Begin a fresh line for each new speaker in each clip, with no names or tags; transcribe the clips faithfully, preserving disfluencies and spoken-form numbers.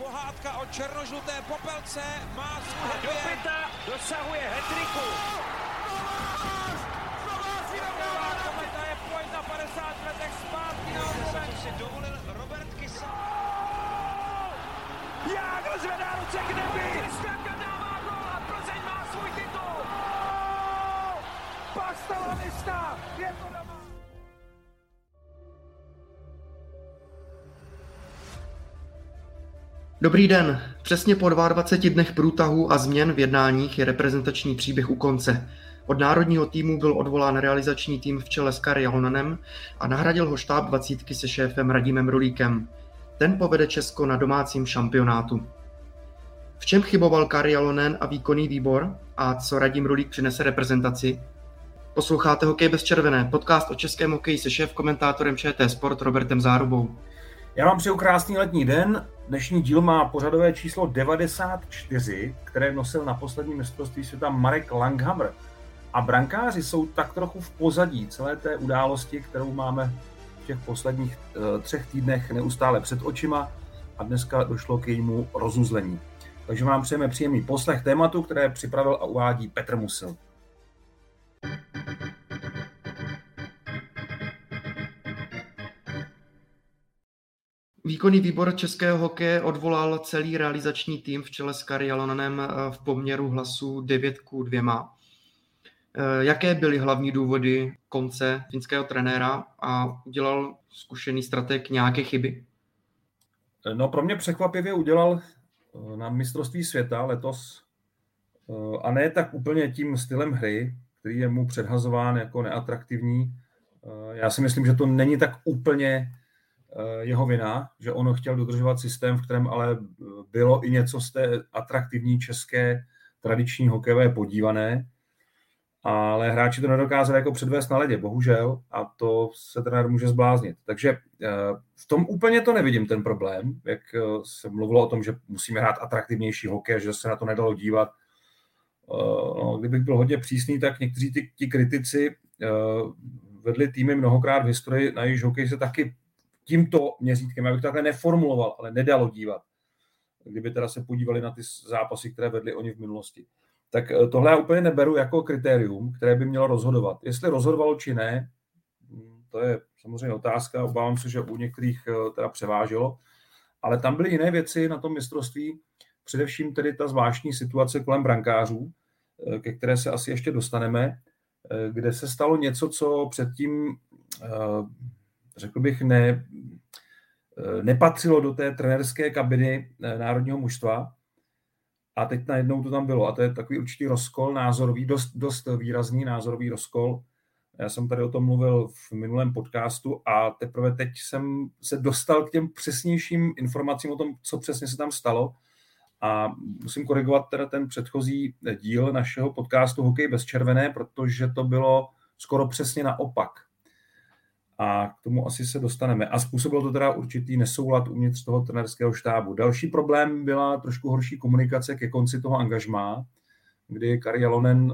pohádka o černožluté popelce má svůj
do pěta dosahuje hat-tricku.
Kometa je pojď na padesát letech zpátky na oblomek.
Si dovolil Robert Kysa.
Jágr zvedá ruce k nebi.
Kristianka dává gól a Plzeň má svůj titul.
Pastalanista, je to doma.
Dobrý den. Přesně po dvaceti dvou dnech průtahů a změn v jednáních je reprezentační příběh u konce. Od národního týmu byl odvolán realizační tým v čele s Kari Jalonenem a nahradil ho štáb dvacítky se šéfem Radimem Rulíkem. Ten povede Česko na domácím šampionátu. V čem chyboval Kari Jalonen a výkonný výbor a co Radim Rulík přinese reprezentaci? Posloucháte Hokej bez červené, podcast o českém hokeji se šéf-komentátorem ČT Sport Robertem Zárubou.
Já vám přeju krásný letní den. Dnešní díl má pořadové číslo devadesát čtyři, které nosil na posledním mistrovství světa Marek Langhammer. A brankáři jsou tak trochu v pozadí celé té události, kterou máme v těch posledních uh, třech týdnech neustále před očima a dneska došlo k jejímu rozuzlení. Takže vám přejeme příjemný poslech tématu, které připravil a uvádí Petr Musil.
Výkonný výbor českého hokeje odvolal celý realizační tým v čele s Kari Jalonenem v poměru hlasů devět ku dvěma. Jaké byly hlavní důvody konce finského trenéra a udělal zkušený strateg nějaké chyby?
No, pro mě překvapivě udělal na mistrovství světa letos a ne tak úplně tím stylem hry, který je mu předhazován jako neatraktivní. Já si myslím, že to není tak úplně jeho vina, že on chtěl dodržovat systém, v kterém ale bylo i něco z té atraktivní české tradiční hokejové podívané, ale hráči to nedokázali jako předvést na ledě, bohužel, a to se trenér může zbláznit. Takže v tom úplně to nevidím ten problém, jak se mluvilo o tom, že musíme hrát atraktivnější hokej, že se na to nedalo dívat. No, kdybych byl hodně přísný, tak někteří ty, ti kritici vedli týmy mnohokrát v historii, na jejich hokej se taky tímto měřítkem, já bych to takhle neformuloval, ale nedalo dívat, kdyby teda se podívali na ty zápasy, které vedli oni v minulosti. Tak tohle já úplně neberu jako kritérium, které by mělo rozhodovat. Jestli rozhodovalo či ne, to je samozřejmě otázka, obávám se, že u některých teda převážilo, ale tam byly jiné věci na tom mistrovství, především tedy ta zvláštní situace kolem brankářů, ke které se asi ještě dostaneme, kde se stalo něco, co předtím řekl bych, ne, nepatřilo do té trenérské kabiny národního mužstva a teď najednou to tam bylo a to je takový určitý rozkol názorový, dost, dost výrazný názorový rozkol. Já jsem tady o tom mluvil v minulém podcastu a teprve teď jsem se dostal k těm přesnějším informacím o tom, co přesně se tam stalo a musím korigovat teda ten předchozí díl našeho podcastu Hokej bez červené, protože to bylo skoro přesně naopak. A k tomu asi se dostaneme. A způsobilo to teda určitý nesoulad uvnitř toho trenérského štábu. Další problém byla trošku horší komunikace ke konci toho angažmá, kdy Kari Jalonen,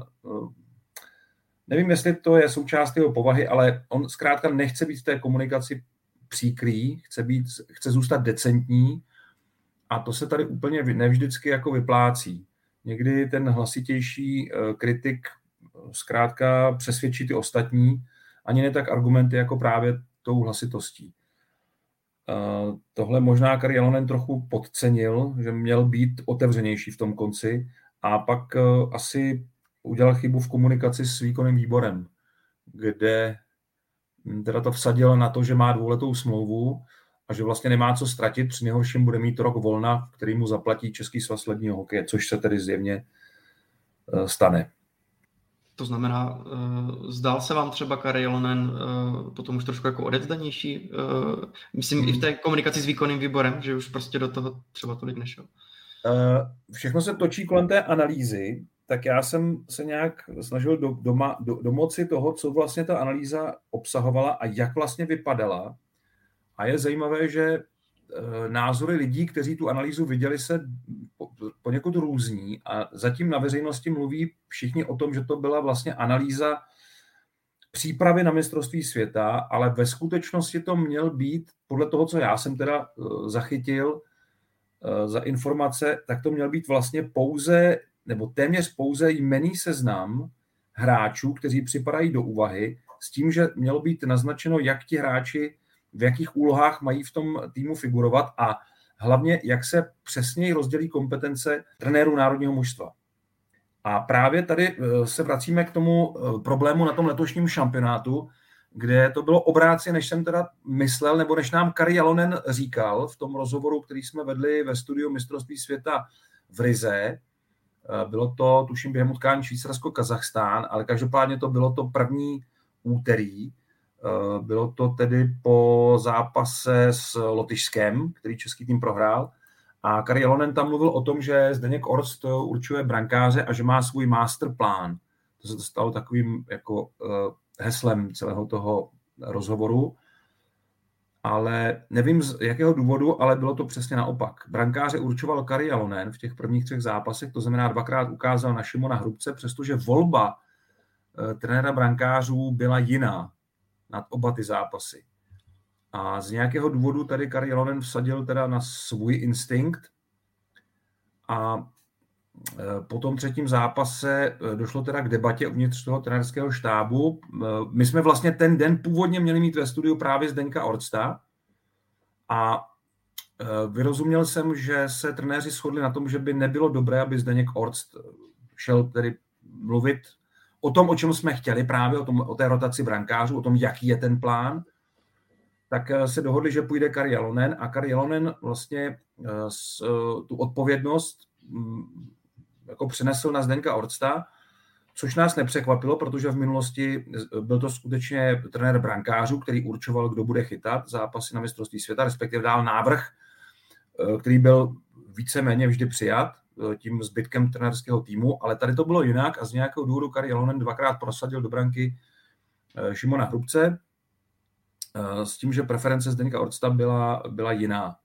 nevím, jestli to je součást jeho povahy, ale on zkrátka nechce být v té komunikaci příkrý, chce, být, chce zůstat decentní a to se tady úplně nevždycky jako vyplácí. Někdy ten hlasitější kritik zkrátka přesvědčí ty ostatní, ani ne tak argumenty, jako právě tou hlasitostí. Uh, tohle možná Kari Jalonen trochu podcenil, že měl být otevřenější v tom konci a pak uh, asi udělal chybu v komunikaci s výkonným výborem, kde teda to vsadil na to, že má dvouletou smlouvu a že vlastně nemá co ztratit, při nejhorším bude mít rok volna, který mu zaplatí Český svaz ledního hokeje, což se tedy zjevně uh, stane.
To znamená, uh, zdál se vám třeba Kari Jalonen uh, potom už trošku jako odevzdanější? Uh, myslím hmm. i v té komunikaci s výkonným výborem, že už prostě do toho třeba tolik nešel.
Uh, všechno se točí kolem té analýzy, tak já jsem se nějak snažil do, doma, do, domoci toho, co vlastně ta analýza obsahovala a jak vlastně vypadala. A je zajímavé, že uh, názory lidí, kteří tu analýzu viděli, se po, poněkud různí a zatím na veřejnosti mluví všichni o tom, že to byla vlastně analýza přípravy na mistrovství světa, ale ve skutečnosti to měl být, podle toho, co já jsem teda uh, zachytil, za informace, tak to měl být vlastně pouze, nebo téměř pouze jmenný seznam hráčů, kteří připadají do úvahy, s tím, že mělo být naznačeno, jak ti hráči, v jakých úlohách mají v tom týmu figurovat a hlavně, jak se přesněji rozdělí kompetence trenérů národního mužstva. A právě tady se vracíme k tomu problému na tom letošním šampionátu, kde to bylo obráceně, než jsem teda myslel, nebo než nám Kari Jalonen říkal v tom rozhovoru, který jsme vedli ve studiu mistrovství světa v Rize. Bylo to, tuším, během utkání Švýcarsko-Kazachstán, ale každopádně to bylo to první úterý. Bylo to tedy po zápase s Lotyšskem, který český tým prohrál. A Kari Jalonen tam mluvil o tom, že Zdeněk Orst určuje brankáře a že má svůj masterplán. To se to stalo takovým jako heslem celého toho rozhovoru. Ale nevím z jakého důvodu, ale bylo to přesně naopak. Brankáře určoval Kari Jalonen v těch prvních třech zápasech, to znamená dvakrát ukázal na Šimona Hrubce, přestože volba trenéra brankářů byla jiná nad oba ty zápasy. A z nějakého důvodu tady Kari Jalonen vsadil teda na svůj instinkt a po tom třetím zápase došlo teda k debatě uvnitř toho trenérského štábu. My jsme vlastně ten den původně měli mít ve studiu právě Zdeňka Orsta a vyrozuměl jsem, že se trenéři shodli na tom, že by nebylo dobré, aby Zdeněk Orst šel tedy mluvit o tom, o čem jsme chtěli právě, o, tom, o té rotaci brankářů, o tom, jaký je ten plán. Tak se dohodli, že půjde Kari Jalonen a Kari Jalonen vlastně tu odpovědnost jako přenesl na Zdeňka Orsta, což nás nepřekvapilo, protože v minulosti byl to skutečně trenér brankářů, který určoval, kdo bude chytat zápasy na mistrovství světa, respektive dal návrh, který byl víceméně vždy přijat tím zbytkem trenérského týmu, ale tady to bylo jinak a z nějakého důvodu Kari Jalonen dvakrát prosadil do branky Šimona Hrubce s tím, že preference Zdeňka Orsta byla, byla jiná.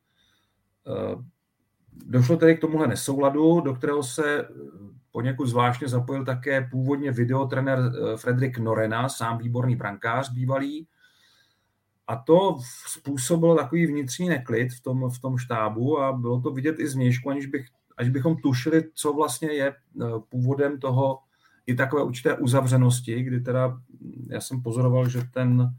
Došlo tedy k tomuhle nesouladu, do kterého se poněkud zvláštně zapojil také původně videotrenér Fredrik Norena, sám výborný brankář bývalý. A to způsobilo takový vnitřní neklid v tom, v tom štábu a bylo to vidět i zvnějšku, aniž bych, až bychom tušili, co vlastně je původem toho i takové určité uzavřenosti, kdy teda já jsem pozoroval, že ten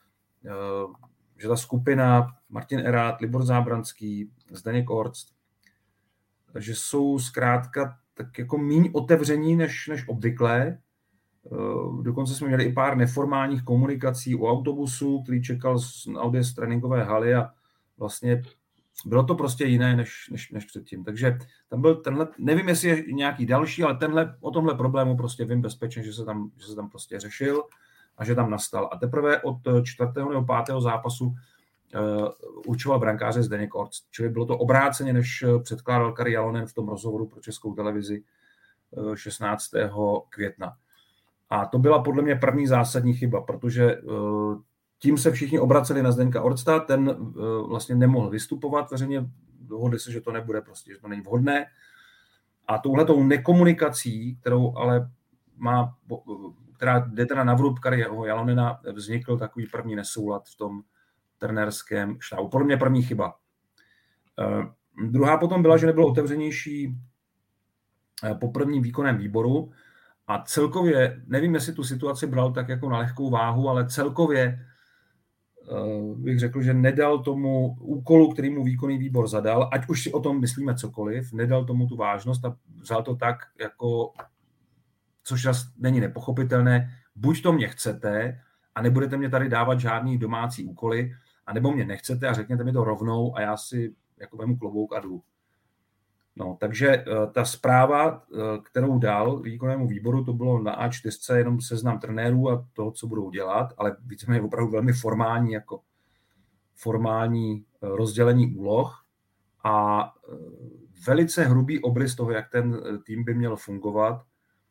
že ta skupina Martin Erát, Libor Zábranský, Zdeněk Orst, že jsou zkrátka tak jako míň otevření než, než obvyklé. Dokonce jsme měli i pár neformálních komunikací u autobusu, který čekal z Audi z tréninkové haly a vlastně bylo to prostě jiné než, než, než předtím. Takže tam byl tenhle, nevím, jestli je nějaký další, ale tenhle, o tomhle problému prostě vím bezpečně, že se tam, že se tam prostě řešil a že tam nastal. A teprve od čtvrtého nebo pátého zápasu uh, určoval brankáře Zdeněk Orst. Čili bylo to obráceně, než předkládal Kari Jalonen v tom rozhovoru pro Českou televizi uh, šestnáctého května. A to byla podle mě první zásadní chyba, protože uh, tím se všichni obraceli na Zdeňka Orsta, ten uh, vlastně nemohl vystupovat veřejně, dohodli se, že to nebude prostě, že to není vhodné. A touhletou nekomunikací, kterou ale má, která jde teda na vrub Kariho Jalonena, vznikl takový první nesoulad v tom trenérském štábu. Podle mě první chyba. Uh, druhá potom byla, že nebylo otevřenější uh, po prvním výkonném výboru a celkově, nevím, jestli tu situaci bral tak jako na lehkou váhu, ale celkově uh, bych řekl, že nedal tomu úkolu, který mu výkonný výbor zadal, ať už si o tom myslíme cokoliv, nedal tomu tu vážnost a vzal to tak, jako, což není nepochopitelné, buď to mě chcete a nebudete mě tady dávat žádný domácí úkoly, anebo mě nechcete a řekněte mi to rovnou a já si jako vemu klobouk a jdu. No, takže ta zpráva, kterou dal výkonnému výboru, to bylo na á čtyři, jenom seznam trenérů a toho, co budou dělat, ale víceméně opravdu velmi formální, jako formální rozdělení úloh a velice hrubý obrys toho, jak ten tým by měl fungovat.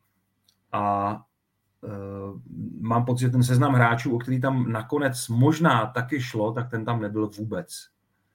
A mám pocit, že ten seznam hráčů, o který tam nakonec možná taky šlo, tak ten tam nebyl vůbec.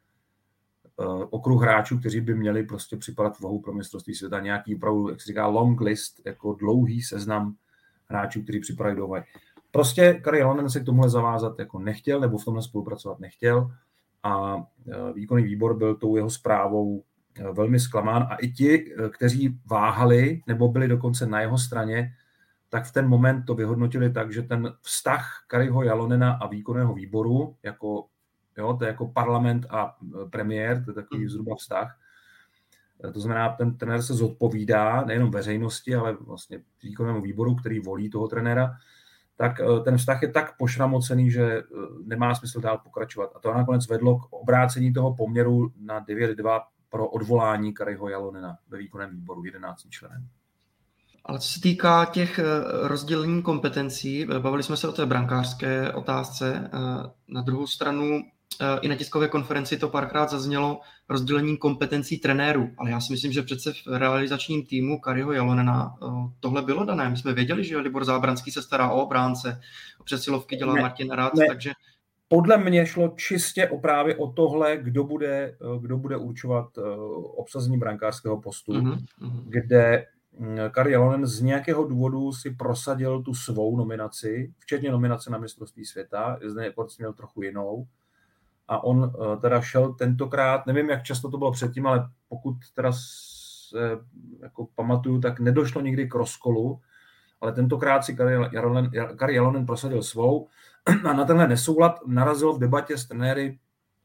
Okruh hráčů, kteří by měli prostě připadat v váhu pro mistrovství světa, nějaký opravdu, jak se říká, long list, jako dlouhý seznam hráčů, kteří připadají do úvahy. Prostě Kari Jalonen se k tomuhle zavázat jako nechtěl, nebo v tomhle spolupracovat nechtěl a výkonný výbor byl tou jeho zprávou velmi zklamán a i ti, kteří váhali nebo byli dokonce na jeho straně, tak v ten moment to vyhodnotili tak, že ten vztah Kariho Jalonena a výkonného výboru, jako, jo, to je jako parlament a premiér, to je takový zhruba vztah. To znamená, ten trenér se zodpovídá nejenom veřejnosti, ale vlastně výkonnému výboru, který volí toho trenéra, tak ten vztah je tak pošramocený, že nemá smysl dál pokračovat. A to nakonec vedlo k obrácení toho poměru na devět dva pro odvolání Kariho Jalonena ve výkonném výboru jedenácti členem.
Ale co se týká těch rozdělení kompetencí, bavili jsme se o té brankářské otázce. Na druhou stranu i na tiskové konferenci to párkrát zaznělo rozdělení kompetencí trenérů, ale já si myslím, že přece v realizačním týmu Kariho Jalonena tohle bylo dané. My jsme věděli, že Libor Zábranský se stará o obránce, o přesilovky dělá ne, Martin Rác,
ne.
takže...
Podle mě šlo čistě o právě o tohle, kdo bude, kdo bude určovat obsazení brankářského postu, mm-hmm. kde Kari Jalonen z nějakého důvodu si prosadil tu svou nominaci, včetně nominace na mistrovství světa, zde měl trochu jinou. A on uh, teda šel tentokrát, nevím, jak často to bylo předtím, ale pokud teda se jako pamatuju, tak nedošlo nikdy k rozkolu, ale tentokrát si Kari Jalonen prosadil svou a na tenhle nesoulad narazil v debatě s trenéry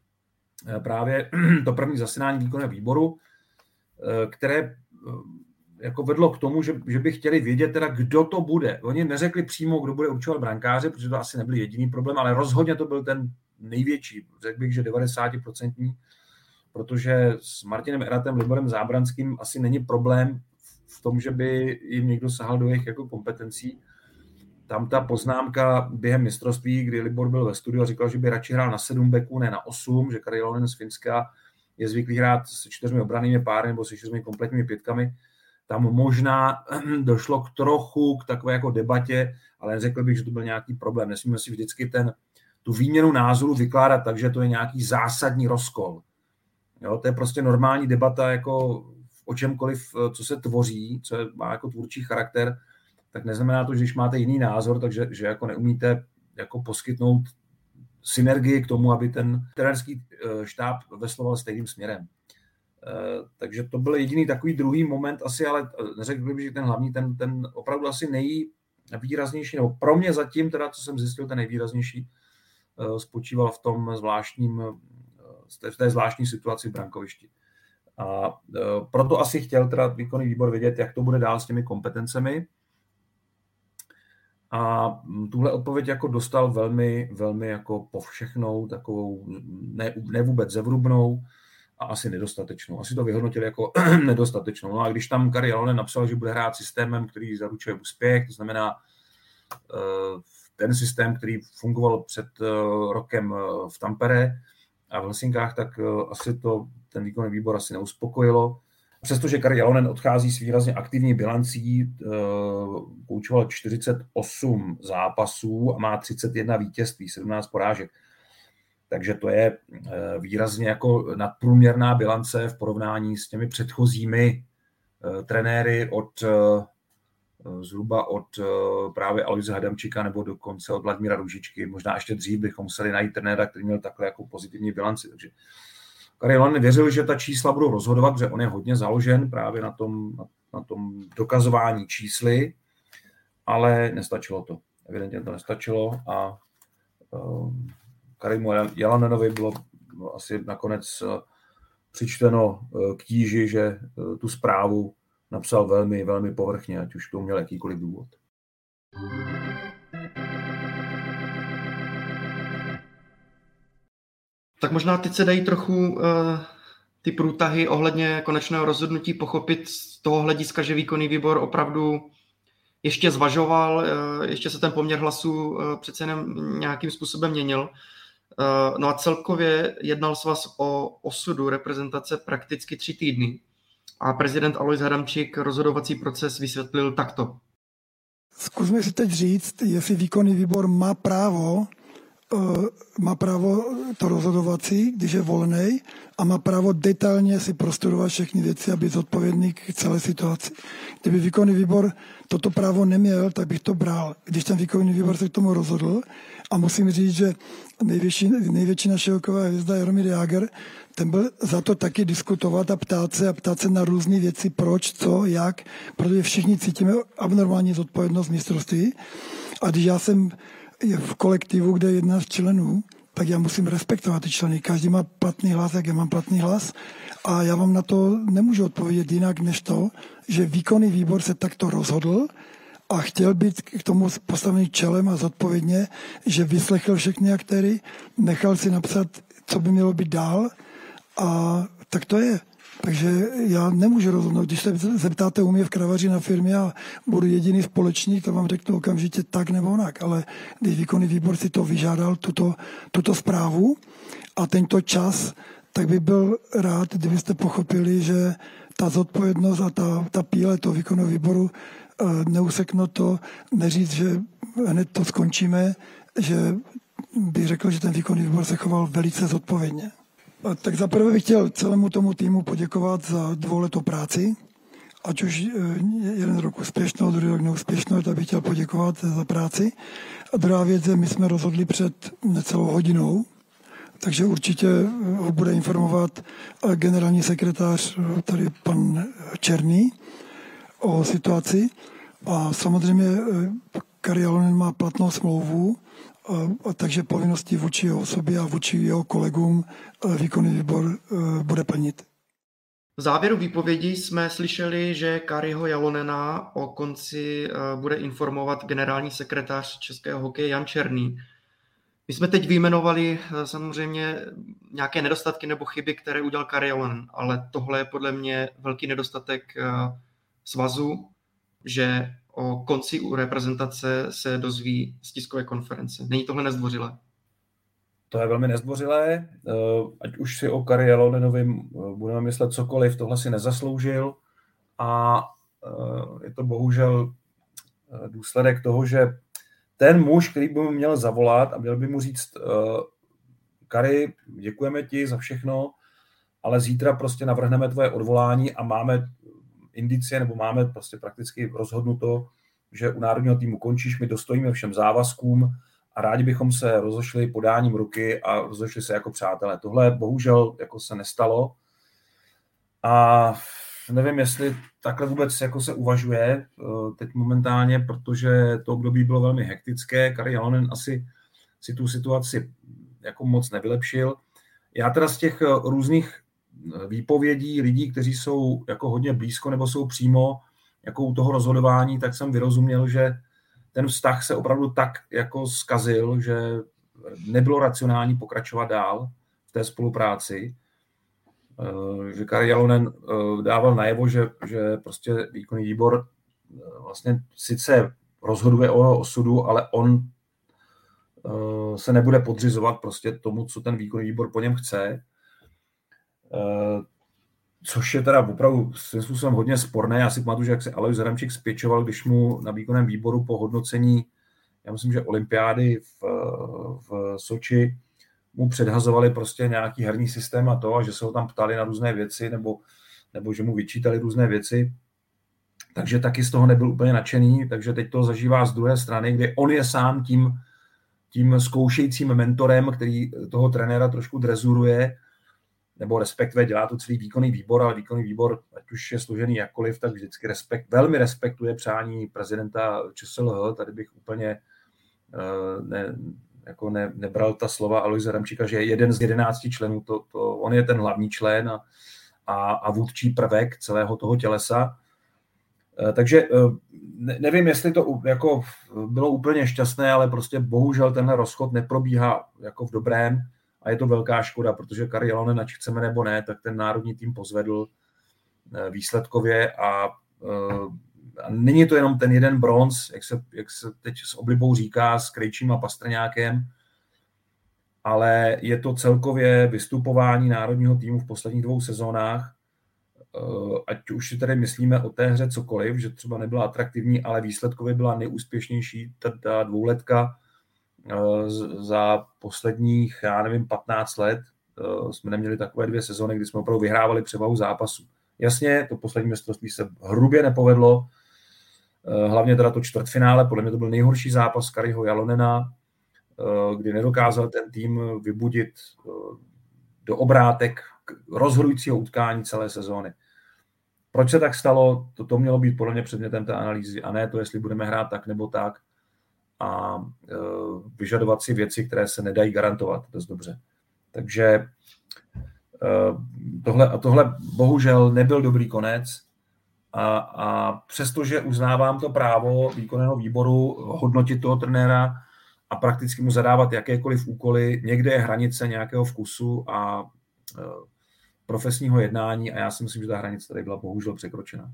právě to první zasedání výkonného výboru, které jako vedlo k tomu, že, že by chtěli vědět teda, kdo to bude. Oni neřekli přímo, kdo bude určovat brankáře, protože to asi nebyl jediný problém, ale rozhodně to byl ten největší, řekl bych, že devadesát procent, protože s Martinem Eratem, Liborem Zábranským asi není problém v tom, že by jim někdo sahal do jejich jako kompetencí. Tam ta poznámka během mistrovství, kdy Libor byl ve studiu a říkal, že by radši hrál na sedm beků, ne na osm, že Kari Jalonen z Finska je zvyklý hrát se čtyřmi obrannými páry nebo se čtyřmi kompletními pětkami. Tam možná došlo k trochu k takové jako debatě, ale neřekl bych, že to byl nějaký problém. Nesmíme si vždycky ten tu výměnu názoru vykládat tak, že to je nějaký zásadní rozkol. Jo, to je prostě normální debata jako o čemkoliv, co se tvoří, co je, má jako tvůrčí charakter, tak neznamená to, že když máte jiný názor, takže že jako neumíte jako poskytnout synergii k tomu, aby ten trenérský štáb vesloval stejným směrem. Takže to byl jediný takový druhý moment asi, ale neřekl bych, že ten hlavní, ten, ten opravdu asi nejvýraznější, nebo pro mě zatím teda, co jsem zjistil, ten nejvýraznější, spočíval v tom zvláštním, v té zvláštní situaci v brankovišti. A proto asi chtěl teda výkonný výbor vědět, jak to bude dál s těmi kompetencemi. A tuhle odpověď jako dostal velmi, velmi jako povšechnou, takovou ne, ne vůbec zevrubnou a asi nedostatečnou. Asi to vyhodnotili jako nedostatečnou. No a když tam Kari Jalonen napsal, že bude hrát systémem, který zaručuje úspěch, to znamená ten systém, který fungoval před rokem v Tampere a v Helsinkách, tak asi to ten výkonný výbor asi neuspokojilo. Přestože Kari Jalonen odchází s výrazně aktivní bilancí, koučoval čtyřicet osm zápasů a má třicet jedna vítězství, sedmnáct porážek. Takže to je výrazně jako nadprůměrná bilance v porovnání s těmi předchozími trenéry od zhruba od právě Alojze Hadamčíka nebo dokonce od Vladimíra Růžičky. Možná ještě dřív bychom museli najít trenéra, který měl takhle jako pozitivní bilanci. Takže Kari Jalonen věřil, že ta čísla budou rozhodovat, že on je hodně založen právě na tom, na, na tom dokazování čísly, ale nestačilo to. Evidentně to nestačilo a um, Karimu Jalonenovi bylo no, asi nakonec uh, přičteno uh, k tíži, že uh, tu zprávu napsal velmi, velmi povrchně, ať už to měl jakýkoliv důvod.
Tak možná teď se dají trochu uh, ty průtahy ohledně konečného rozhodnutí pochopit z toho hlediska, že výkonný výbor opravdu ještě zvažoval, uh, ještě se ten poměr hlasů uh, přece jenom nějakým způsobem měnil. Uh, no a celkově jednal svaz o osudu reprezentace prakticky tři týdny. A prezident Alojz Hadamčík rozhodovací proces vysvětlil takto.
Zkusme si teď říct, jestli výkonný výbor má právo má právo to rozhodovací, když je volnej, a má právo detailně si prostudovat všechny věci a být zodpovědný k celé situaci. Kdyby výkonný výbor toto právo neměl, tak bych to bral. Když ten výkonný výbor se k tomu rozhodl, a musím říct, že největší, největší naše hokejová hvězda Jaromír Jágr, ten byl za to taky diskutovat a ptát se a ptát se na různé věci, proč, co, jak, protože všichni cítíme abnormální zodpovědnost mistrovství. A když já jsem v kolektivu, kde je jedna z členů, tak já musím respektovat ty členy. Každý má platný hlas, jak já mám platný hlas. A já vám na to nemůžu odpovědět jinak, než to, že výkonný výbor se takto rozhodl a chtěl být k tomu postavený čelem a zodpovědně, že vyslechl všechny aktéry, nechal si napsat, co by mělo být dál, a tak to je. Takže já nemůžu rozhodnout. Když se zeptáte u mě v kravaři na firmě a budu jediný společník, to vám řeknu okamžitě tak nebo onak. Ale když výkonný výbor si to vyžádal, tuto, tuto zprávu a tento čas, tak bych byl rád, kdybyste pochopili, že ta zodpovědnost a ta, ta píle toho výkonného výboru neusekno to, neříct, že hned to skončíme, že bych řekl, že ten výkonný výbor se choval velice zodpovědně. A tak zaprvé bych chtěl celému tomu týmu poděkovat za dvouletou práci, ať už jeden rok úspěšnou, druhý rok neúspěšnou, tak bych chtěl poděkovat za práci. A druhá věc je, my jsme rozhodli před necelou hodinou, takže určitě ho bude informovat generální sekretář, tady pan Černý, o situaci. A samozřejmě Kari Jalonen má platnou smlouvu, a, a takže povinnosti vůči jeho osobě a vůči jeho kolegům výkonný výbor bude plnit.
V závěru výpovědi jsme slyšeli, že Kariho Jalonena o konci bude informovat generální sekretář českého hokeje Jan Černý. My jsme teď vyjmenovali samozřejmě nějaké nedostatky nebo chyby, které udělal Kari Jalonen, ale tohle je podle mě velký nedostatek svazu, že o konci u reprezentace se dozví z tiskové konference. Není tohle nezdvořilé?
To je velmi nezdvořilé. Ať už si o Kari Jalonenovi budeme myslet cokoliv, tohle si nezasloužil a je to bohužel důsledek toho, že ten muž, který by mu měl zavolat a měl by mu říct Kari, děkujeme ti za všechno, ale zítra prostě navrhneme tvoje odvolání a máme indicie, nebo máme prostě prakticky rozhodnuto, že u národního týmu končíš, my dostojíme všem závazkům a rádi bychom se rozošli podáním ruky a rozošli se jako přátelé. Tohle bohužel jako se nestalo a nevím, jestli takhle vůbec jako se uvažuje teď momentálně, protože to období bylo velmi hektické. Kari Jalonen asi si tu situaci jako moc nevylepšil. Já teda z těch různých výpovědí lidí, kteří jsou jako hodně blízko nebo jsou přímo jako u toho rozhodování, tak jsem vyrozuměl, že ten vztah se opravdu tak jako zkazil, že nebylo racionální pokračovat dál v té spolupráci. Že Kari Jalonen dával najevo, že, že prostě výkonný výbor vlastně sice rozhoduje o jeho osudu, ale on se nebude podřizovat prostě tomu, co ten výkonný výbor po něm chce. Což je teda opravdu svým způsobem hodně sporné. Já si pamatuju, že jak se Alojz Adamčík spěčoval, když mu na výkonném výboru po hodnocení, já myslím, že olympiády v, v Soči mu předhazovali prostě nějaký herní systém a to, a že se ho tam ptali na různé věci, nebo, nebo že mu vyčítali různé věci. Takže taky z toho nebyl úplně nadšený, takže teď to zažívá z druhé strany, kde on je sám tím, tím zkoušejícím mentorem, který toho trenéra trošku drezuruje, nebo respektive dělá to celý výkonný výbor, ale výkonný výbor, ať už je složený jakkoliv, tak vždycky respekt, velmi respektuje přání prezidenta ČSLH. Tady bych úplně ne, jako ne, nebral ta slova Alojze Adamčíka, že je jeden z jedenácti členů, to, to, on je ten hlavní člen a, a, a vůdčí prvek celého toho tělesa. Takže ne, nevím, jestli to jako bylo úplně šťastné, ale prostě bohužel tenhle rozchod neprobíhá jako v dobrém. A je to velká škoda, protože Kari Jalonen, ať chceme nebo ne, tak ten národní tým pozvedl výsledkově a, a není to jenom ten jeden bronz, jak se, jak se teď s oblibou říká, s Krejčím a Pastrňákem, ale je to celkově vystupování národního týmu v posledních dvou sezónách, ať už si tady myslíme o té hře cokoliv, že třeba nebyla atraktivní, ale výsledkově byla nejúspěšnější ta, ta dvouletka za posledních, já nevím, patnáct let jsme neměli takové dvě sezóny, kdy jsme opravdu vyhrávali převahu zápasu. Jasně, to poslední mistrovství se hrubě nepovedlo, hlavně teda to čtvrtfinále, podle mě to byl nejhorší zápas Kariho Jalonena, kdy nedokázal ten tým vybudit do obrátek rozhodujícího utkání celé sezóny. Proč se tak stalo? To, to mělo být podle mě předmětem té analýzy, a ne to, jestli budeme hrát tak nebo tak a e, vyžadovat si věci, které se nedají garantovat dost dobře. Takže e, tohle, a tohle bohužel nebyl dobrý konec a, a přestože uznávám to právo výkonného výboru hodnotit toho trenéra a prakticky mu zadávat jakékoliv úkoly, někde je hranice nějakého vkusu a e, profesního jednání a já si myslím, že ta hranice tady byla bohužel překročena.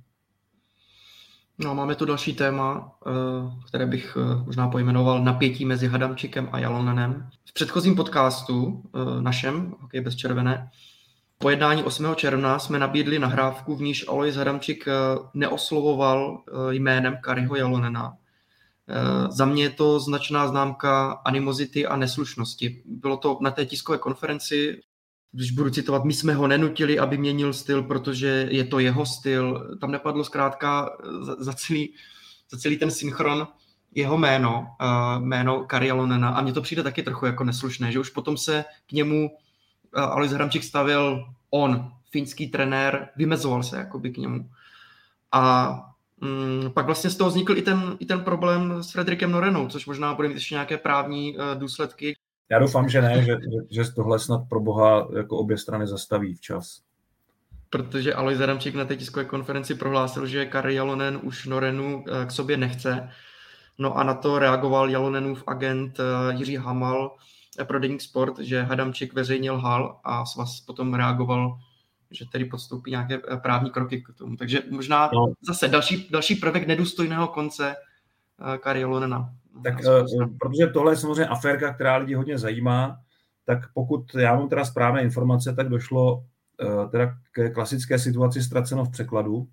No, máme tu další téma, které bych možná pojmenoval napětí mezi Hadamczykem a Jalonenem. V předchozím podcastu našem, Hokej bez červené, po jednání osmého června jsme nabídli nahrávku, v níž Alois Hadamczyk neoslovoval jménem Kariho Jalonena. Za mě je to značná známka animozity a neslušnosti. Bylo to na té tiskové konferenci, když budu citovat, my jsme ho nenutili, aby měnil styl, protože je to jeho styl. Tam nepadlo zkrátka za celý, za celý ten synchron jeho jméno, jméno Kari Jalonena. A mně to přijde taky trochu jako neslušné, že už potom se k němu Alois Hadamczyk stavil on, finský trenér, vymezoval se jakoby k němu. A mm, pak vlastně z toho vznikl i ten, i ten problém s Frederikem Norenou, což možná bude mít ještě nějaké právní uh, důsledky.
Já doufám, že ne, že, že tohle snad pro boha jako obě strany zastaví včas.
Protože Alois Hadamczyk na té tiskové konferenci prohlásil, že Kari Jalonen už Norenu k sobě nechce. No a na to reagoval Jalonenův agent Jiří Hamal pro Deník Sport, že Hadamczyk veřejně lhal a svaz potom reagoval, že tedy podstoupí nějaké právní kroky k tomu. Takže možná no. zase další, další prvek nedůstojného konce Kari Jalonena.
Tak uh, protože tohle je samozřejmě aférka, která lidi hodně zajímá, tak pokud já mám teda správné informace, tak došlo uh, teda k klasické situaci ztraceno v překladu.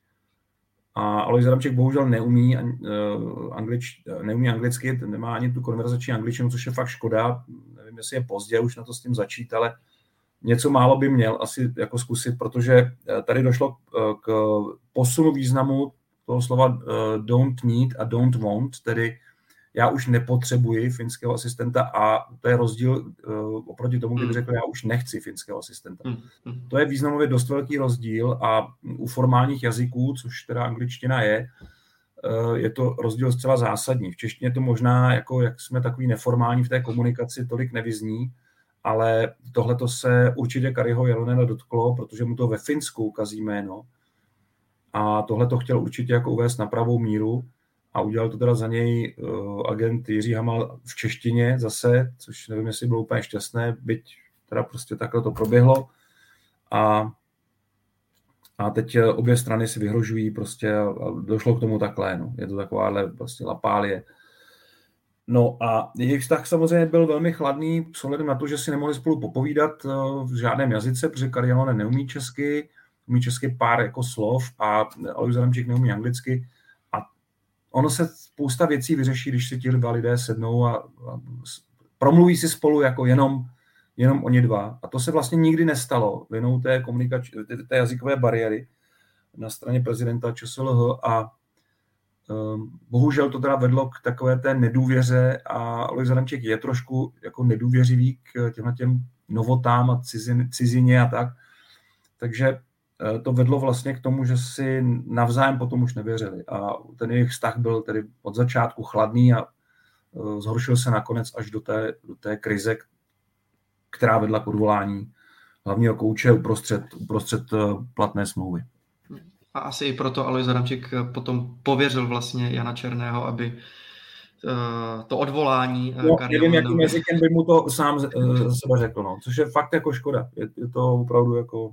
A Alois Hadamczyk bohužel neumí, uh, anglič, neumí anglicky, nemá ani tu konverzační angličtinu, což je fakt škoda. Nevím, jestli je pozdě už na to s tím začít, ale něco málo by měl asi jako zkusit, protože tady došlo uh, k posunu významu toho slova uh, don't need a don't want, tedy já už nepotřebuji finského asistenta a to je rozdíl uh, oproti tomu, kdyby řekl, já už nechci finského asistenta. Mm, mm. To je významově dost velký rozdíl a u formálních jazyků, což teda angličtina je, uh, je to rozdíl zcela zásadní. V češtině to možná, jako jak jsme takový neformální v té komunikaci, tolik nevyzní, ale tohleto se určitě Kariho Jalonena dotklo, protože mu to ve Finsku kazí jméno a tohleto chtěl určitě jako uvést na pravou míru. A udělal to teda za něj uh, agent Jiří Hamal v češtině zase, což nevím, jestli bylo úplně šťastné, byť teda prostě takhle to proběhlo. A, a teď obě strany si vyhrožují prostě a, a došlo k tomu takhle. No. Je to takováhle prostě lapálie. No a jejich vztah samozřejmě byl velmi chladný s ohledem na to, že si nemohli spolu popovídat uh, v žádném jazyce, protože Kari Jalonen neumí česky, umí česky pár jako slov a Alois Hadamczyk neumí anglicky. Ono se spousta věcí vyřeší, když si ti dva lidé sednou a, a promluví si spolu jako jenom, jenom oni dva. A to se vlastně nikdy nestalo vinou té, komunikač- té, té jazykové bariéry na straně prezidenta ČSLH a um, bohužel to teda vedlo k takové té nedůvěře a Alois Hadamczyk je trošku jako nedůvěřivý k těmhle těm novotám a cizin, cizině a tak. Takže to vedlo vlastně k tomu, že si navzájem potom už nevěřili. A ten jejich vztah byl tedy od začátku chladný a zhoršil se nakonec až do té, do té krize, která vedla k odvolání hlavního kouče uprostřed, uprostřed platné smlouvy.
A asi i proto Alois Hadamczyk potom pověřil vlastně Jana Černého, aby to odvolání...
No, nevím, jakým jazykem by mu to sám ze sebe řekl, no, což je fakt jako škoda. Je, je to opravdu jako...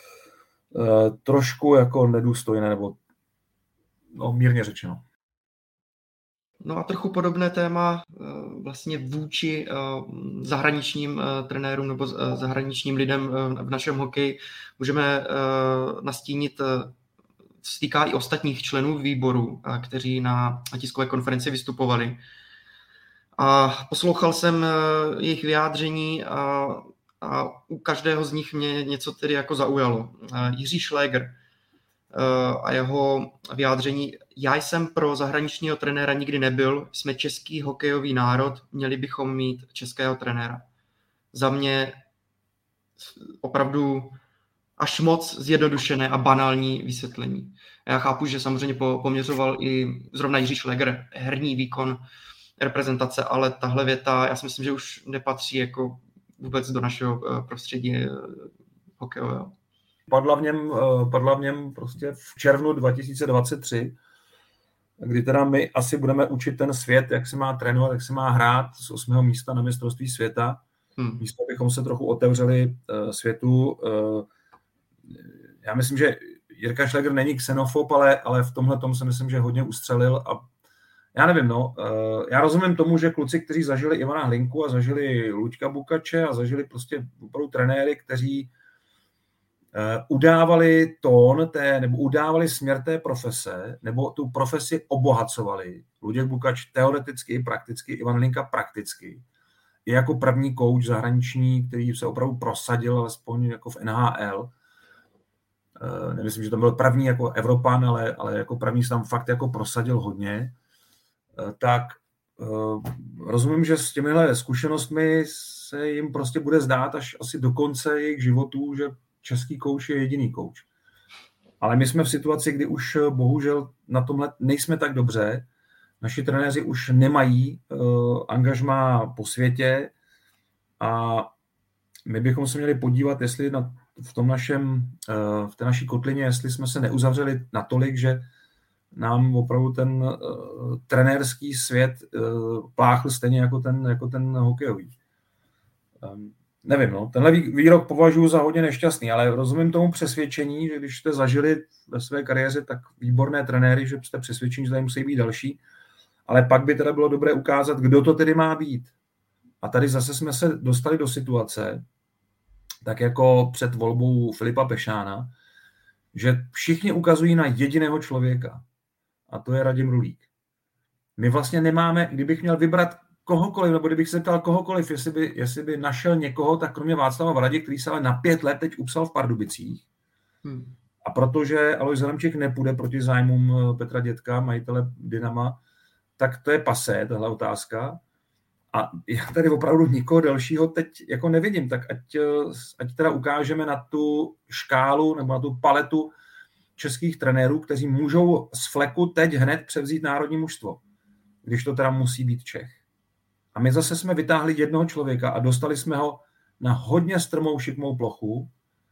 Uh, trošku jako nedůstojné, nebo no, mírně řečeno.
No a trochu podobné téma uh, vlastně vůči uh, zahraničním uh, trenérům nebo uh, zahraničním lidem uh, v našem hokeji můžeme uh, nastínit, uh, se týká i ostatních členů výboru, uh, kteří na tiskové konferenci vystupovali. A poslouchal jsem jejich vyjádření a, a u každého z nich mě něco tedy jako zaujalo. Jiří Šléger a jeho vyjádření: já jsem pro zahraničního trenéra nikdy nebyl, jsme český hokejový národ, měli bychom mít českého trenéra. Za mě opravdu až moc zjednodušené a banální vysvětlení. Já chápu, že samozřejmě poměřoval i zrovna Jiří Šléger herní výkon reprezentace, ale tahle věta, já si myslím, že už nepatří jako vůbec do našeho prostředí hokejového.
Padla v něm, padla v něm prostě v červnu dva tisíce dvacet tři, kdy teda my asi budeme učit ten svět, jak se má trénovat, jak se má hrát z osmého místa na mistrovství světa. Hmm. Místo, abychom se trochu otevřeli uh, světu. Uh, já myslím, že Jirka Šléger není xenofob, ale, ale v tomhle tom si myslím, že hodně ustřelil a já nevím, no, uh, já rozumím tomu, že kluci, kteří zažili Ivana Hlinku a zažili Luďka Bukače a zažili prostě opravdu trenéry, kteří uh, udávali tón té, nebo udávali směr té profese, nebo tu profesi obohacovali. Luděk Bukač teoreticky, prakticky, Ivan Hlinka prakticky. I jako první kouč zahraniční, který se opravdu prosadil, alespoň jako v N H L. Uh, nemyslím, že to byl první jako Evropan, ale, ale jako první se tam fakt jako prosadil hodně. Tak uh, rozumím, že s těmihle zkušenostmi se jim prostě bude zdát až asi do konce jejich životů, že český kouč je jediný kouč. Ale my jsme v situaci, kdy už bohužel na tomhle nejsme tak dobře. Naši trenéři už nemají uh, angažmá po světě a my bychom se měli podívat, jestli na, v tom našem, uh, v té naší kotlině, jestli jsme se neuzavřeli natolik, že nám opravdu ten uh, trenérský svět uh, pláchl stejně jako ten, jako ten hokejový. Um, nevím, no. Tenhle výrok považuji za hodně nešťastný, ale rozumím tomu přesvědčení, že když jste zažili ve své kariéře tak výborné trenéry, že jste přesvědčení, že tady musí být další, ale pak by teda bylo dobré ukázat, kdo to tedy má být. A tady zase jsme se dostali do situace, tak jako před volbou Filipa Pešána, že všichni ukazují na jediného člověka. A to je Radim Rulík. My vlastně nemáme, kdybych měl vybrat kohokoliv, nebo kdybych se ptal kohokoliv, jestli by, jestli by našel někoho, tak kromě Václava Vradě, který se ale na pět let teď upsal v Pardubicích. Hmm. A protože Alojz Hlemčík nepůjde proti zájmům Petra Dětka, majitele Dynama, tak to je pasé, tahle otázka. A já tady opravdu nikoho dalšího teď jako nevidím, tak ať, ať teda ukážeme na tu škálu nebo na tu paletu českých trenérů, kteří můžou z fleku teď hned převzít národní mužstvo, když to teda musí být Čech. A my zase jsme vytáhli jednoho člověka a dostali jsme ho na hodně strmou šikmou plochu.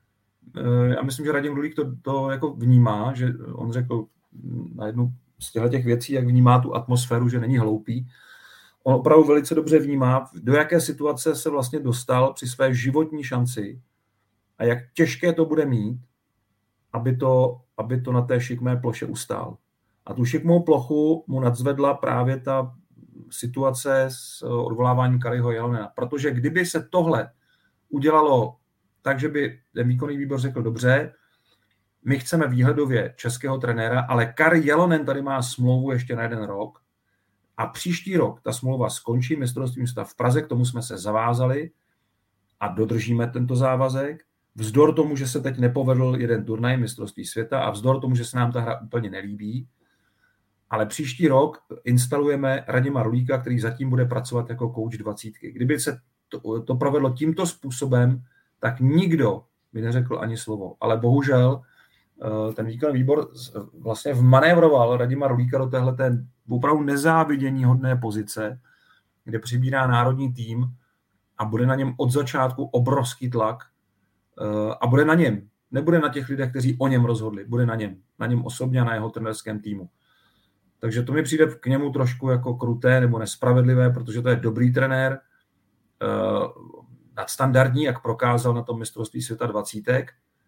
Já myslím, že Radim Rulík to, to jako vnímá, že on řekl na jednu z těch věcí, jak vnímá tu atmosféru, že není hloupý. On opravdu velice dobře vnímá, do jaké situace se vlastně dostal při své životní šanci a jak těžké to bude mít, aby to, aby to na té šikmé ploše ustál. A tu šikmou plochu mu nadzvedla právě ta situace s odvoláváním Kariho Jalonena. Protože kdyby se tohle udělalo tak, že by ten výkonný výbor řekl dobře, my chceme výhledově českého trenéra, ale Kari Jalonen tady má smlouvu ještě na jeden rok a příští rok ta smlouva skončí mistrovstvím světa v Praze, k tomu jsme se zavázali a dodržíme tento závazek. Vzdor tomu, že se teď nepovedl jeden turnaj mistrovství světa a vzdor tomu, že se nám ta hra úplně nelíbí, ale příští rok instalujeme Radima Rulíka, který zatím bude pracovat jako kouč dvacítky. Kdyby se to, to provedlo tímto způsobem, tak nikdo by neřekl ani slovo. Ale bohužel ten výkonný výbor vlastně vmanévroval Radima Rulíka do téhleté opravdu nezávidění hodné pozice, kde přibírá národní tým a bude na něm od začátku obrovský tlak a bude na něm. Nebude na těch lidech, kteří o něm rozhodli. Bude na něm. Na něm osobně a na jeho trenérském týmu. Takže to mi přijde k němu trošku jako kruté nebo nespravedlivé, protože to je dobrý trenér, nadstandardní, jak prokázal na tom mistrovství světa dvacítek,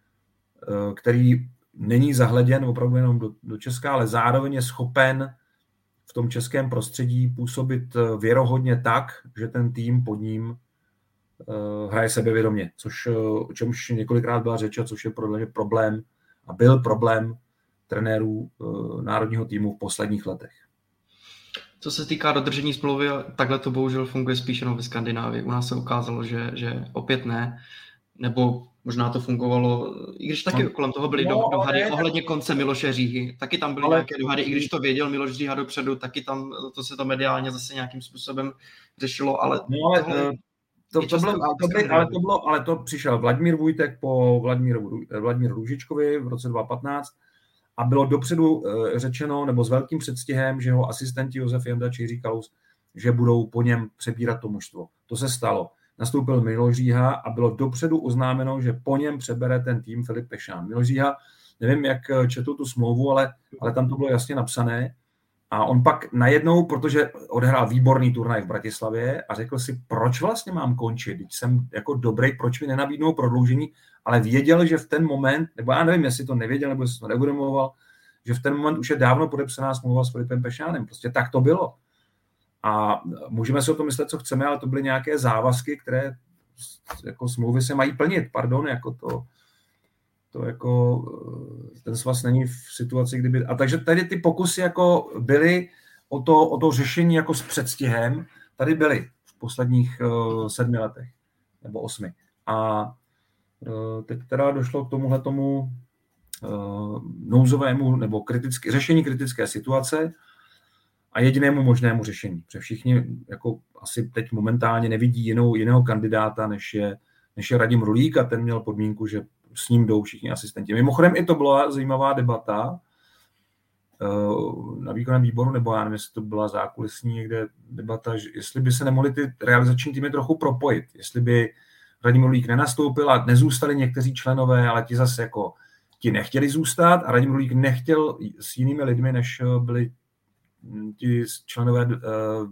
který není zahleděn opravdu jenom do, do Česka, ale zároveň je schopen v tom českém prostředí působit věrohodně tak, že ten tým pod ním uh, hraje sebevědomě, což, o čemž několikrát byla řeč, což je podle mě problém a byl problém trenérů uh, národního týmu v posledních letech.
Co se týká dodržení smlouvy, takhle to bohužel funguje spíš jenom ve Skandinávii. U nás se ukázalo, že, že opět ne, nebo možná to fungovalo, i když taky no, kolem toho byly no, dohady ne, ohledně konce Miloše Říhy, taky tam byly ale... nějaké dohady, i když to věděl Miloš Říha dopředu, taky tam to se to mediálně zase nějakým způsobem řešilo, ale...
No, ale tohle, to, to, to, bylo, ale, to by, ale to bylo, ale to přišel Vladimír Vujtek po Vladimíru, Vladimíru Růžičkovi v roce dva tisíce patnáct a bylo dopředu řečeno, nebo s velkým předstihem, že jeho asistenti Josef Jandač, Jiří Kalous, že budou po něm přebírat to mužstvo. To se stalo. Nastoupil Miloš Říha a bylo dopředu oznámeno, že po něm přebere ten tým Filip Pešán. Miloš Říha, nevím, jak četl tu smlouvu, ale, ale tam to bylo jasně napsané. A on pak najednou, protože odehrál výborný turnaj v Bratislavě a řekl si, proč vlastně mám končit, když jsem jako dobrý, proč mi nenabídnou prodloužení, ale věděl, že v ten moment, nebo já nevím, jestli to nevěděl, nebo jestli to neuvědomoval, že v ten moment už je dávno podepsaná smlouva s Filipem Pešánem. Prostě tak to bylo. A můžeme si o tom myslet, co chceme, ale to byly nějaké závazky, které jako smlouvy se mají plnit. Pardon, jako to, to jako ten svaz není v situaci, kdyby... A takže tady ty pokusy jako byly o to, o to řešení jako s předstihem, tady byly v posledních uh, sedmi letech, nebo osmi. A uh, teď teda došlo k tomuhle tomu uh, nouzovému, nebo kritické, řešení kritické situace, a jedinému možnému řešení. Protože všichni jako asi teď momentálně nevidí jinou, jiného kandidáta, než je, než je Radim Rulík a ten měl podmínku, že s ním jdou všichni asistenti. Mimochodem i to byla zajímavá debata na výkonném výboru, nebo já nevím, jestli to byla zákulisní někde debata, že jestli by se nemohli ty realizační týmy trochu propojit. Jestli by Radim Rulík nenastoupil a nezůstali někteří členové, ale ti zase jako ti nechtěli zůstat a Radim Rulík nechtěl s jinými lidmi, než byli ti členové uh,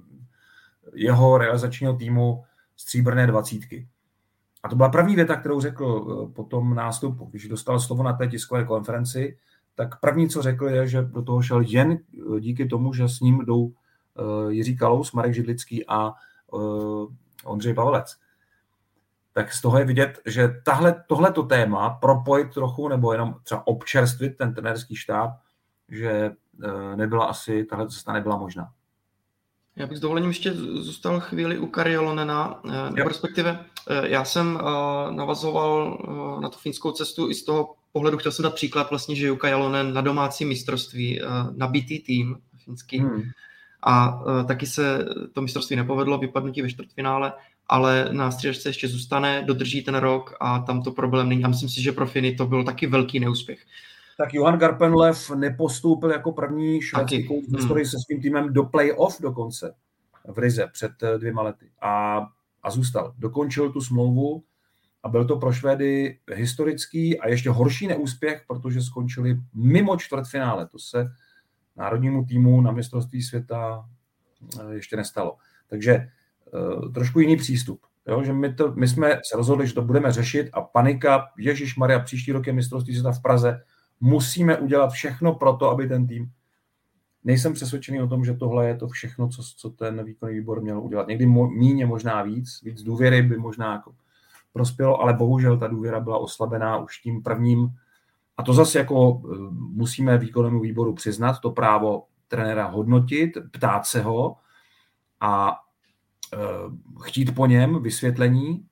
jeho realizačního týmu stříbrné dvacítky. A to byla první věta, kterou řekl uh, po tom nástupu. Když dostal slovo na té tiskové konferenci, tak první, co řekl, je, že do toho šel jen díky tomu, že s ním jdou uh, Jiří Kalous, Marek Židlický a uh, Ondřej Pavelec. Tak z toho je vidět, že tahle, tohleto téma propojit trochu, nebo jenom třeba občerstvit ten trenérský štáb, že nebyla asi, tahle cesta nebyla možná.
Já bych s dovolením ještě zůstal chvíli u Kari Jalonena, nebo respektive já jsem navazoval na tu finskou cestu i z toho pohledu, chtěl jsem dát příklad vlastně, že Jukka Jalonen na domácí mistrovství nabitý tým finský hmm. a taky se to mistrovství nepovedlo, vypadnutí ve čtvrtfinále, ale na střídačce ještě zůstane, dodrží ten rok a tam to problém není. A myslím si, že pro Finy to byl taky velký neúspěch.
Tak Johan Garpenlev nepostoupil jako první švédský kouč v historii se svým týmem do play-off dokonce v Rize před dvěma lety. A, a zůstal. Dokončil tu smlouvu a byl to pro Švédy historický a ještě horší neúspěch, protože skončili mimo čtvrtfinále. To se národnímu týmu na mistrovství světa ještě nestalo. Takže uh, trošku jiný přístup. Jo, že my, to, my jsme se rozhodli, že to budeme řešit a panika, ježišmarja, příští rok je mistrovství světa v Praze, musíme udělat všechno pro to, aby ten tým... Nejsem přesvědčený o tom, že tohle je to všechno, co, co ten výkonný výbor měl udělat. Někdy mo, míně možná víc, víc důvěry by možná jako prospělo, ale bohužel ta důvěra byla oslabená už tím prvním. A to zase jako musíme výkonnému výboru přiznat, to právo trenéra hodnotit, ptát se ho a e, chtít po něm vysvětlení.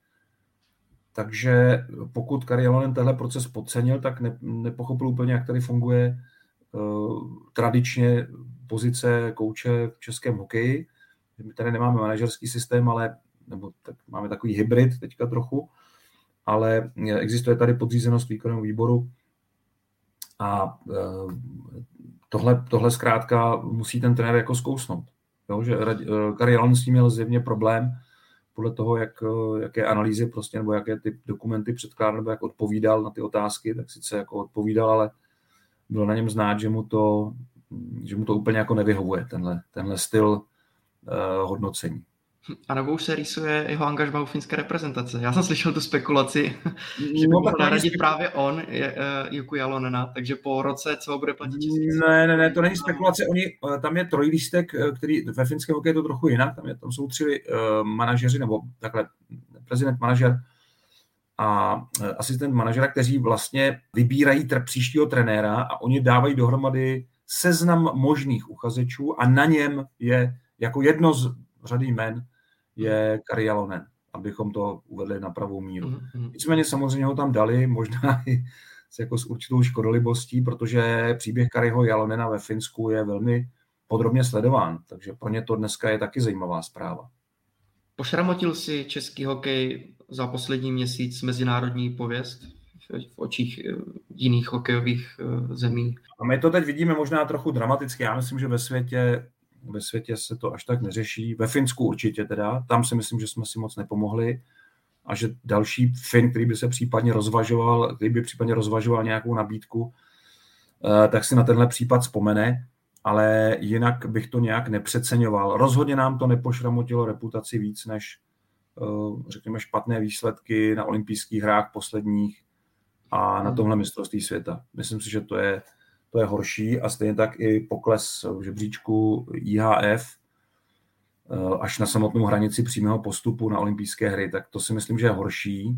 Takže pokud Kari Jalonen tenhle proces podcenil, tak ne, nepochopil úplně, jak tady funguje uh, tradičně pozice kouče v českém hokeji. My tady nemáme manažerský systém, ale nebo tak máme takový hybrid teďka trochu, ale existuje tady podřízenost výkonnému výboru a uh, tohle, tohle zkrátka musí ten trenér jako zkousnout. Jo, že uh, Kari Jalonen s tím měl zjevně problém, podle toho, jak, jaké analýzy prostě, nebo jaké ty dokumenty předkládal, nebo jak odpovídal na ty otázky, tak sice jako odpovídal, ale bylo na něm znát, že mu to, že mu to úplně jako nevyhovuje, tenhle, tenhle styl uh, hodnocení.
A nebo už se rýsuje jeho angažmá u finské reprezentace. Já jsem slyšel tu spekulaci, že by
no,
mohl nahradit právě on, Jukku Jalonena, takže po roce co bude platit český.
Ne, ne, ne, to není spekulace. Oni, tam je trojlístek, který ve finském hokeji je to trochu jinak. Tam, je, tam jsou tři uh, manažeři, nebo takhle prezident, manažer a uh, asistent manažera, kteří vlastně vybírají tr- příštího trenéra a oni dávají dohromady seznam možných uchazečů a na něm je jako jedno z řady jmen je Kari Jalonen, abychom to uvedli na pravou míru. Mm-hmm. Nicméně samozřejmě ho tam dali, možná i jako s určitou škodolibostí, protože příběh Kariho Jalonena ve Finsku je velmi podrobně sledován, takže pro ně to dneska je taky zajímavá zpráva.
Pošramotil si český hokej za poslední měsíc mezinárodní pověst v očích jiných hokejových zemí?
A my to teď vidíme možná trochu dramaticky. Já myslím, že ve světě, ve světě se to až tak neřeší. Ve Finsku určitě teda. Tam si myslím, že jsme si moc nepomohli a že další Fin, který by se případně rozvažoval, který by případně rozvažoval nějakou nabídku, tak si na tenhle případ vzpomene, ale jinak bych to nějak nepřeceňoval. Rozhodně nám to nepošramotilo reputaci víc než, řekněme, špatné výsledky na olympijských hrách posledních a na tomhle mistrovství světa. Myslím si, že to je, to je horší a stejně tak i pokles v žebříčku I H F až na samotnou hranici přímého postupu na olympijské hry, tak to si myslím, že je horší.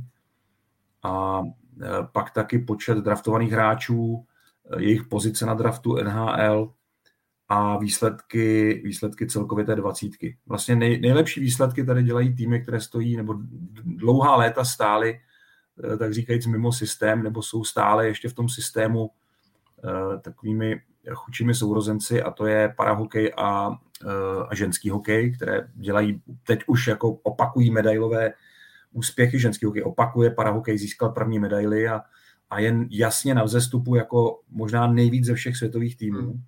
A pak taky počet draftovaných hráčů, jejich pozice na draftu N H L a výsledky, výsledky celkově té dvacítky. Vlastně nej, nejlepší výsledky tady dělají týmy, které stojí nebo dlouhá léta stály, tak říkajíc mimo systém, nebo jsou stále ještě v tom systému uh, takovými chudšími sourozenci, a to je parahokej a, uh, a ženský hokej, které dělají teď už jako opakují medailové úspěchy. Ženský hokej opakuje, parahokej získal první medaily a, a jen jasně na vzestupu jako možná nejvíc ze všech světových týmů. Hmm.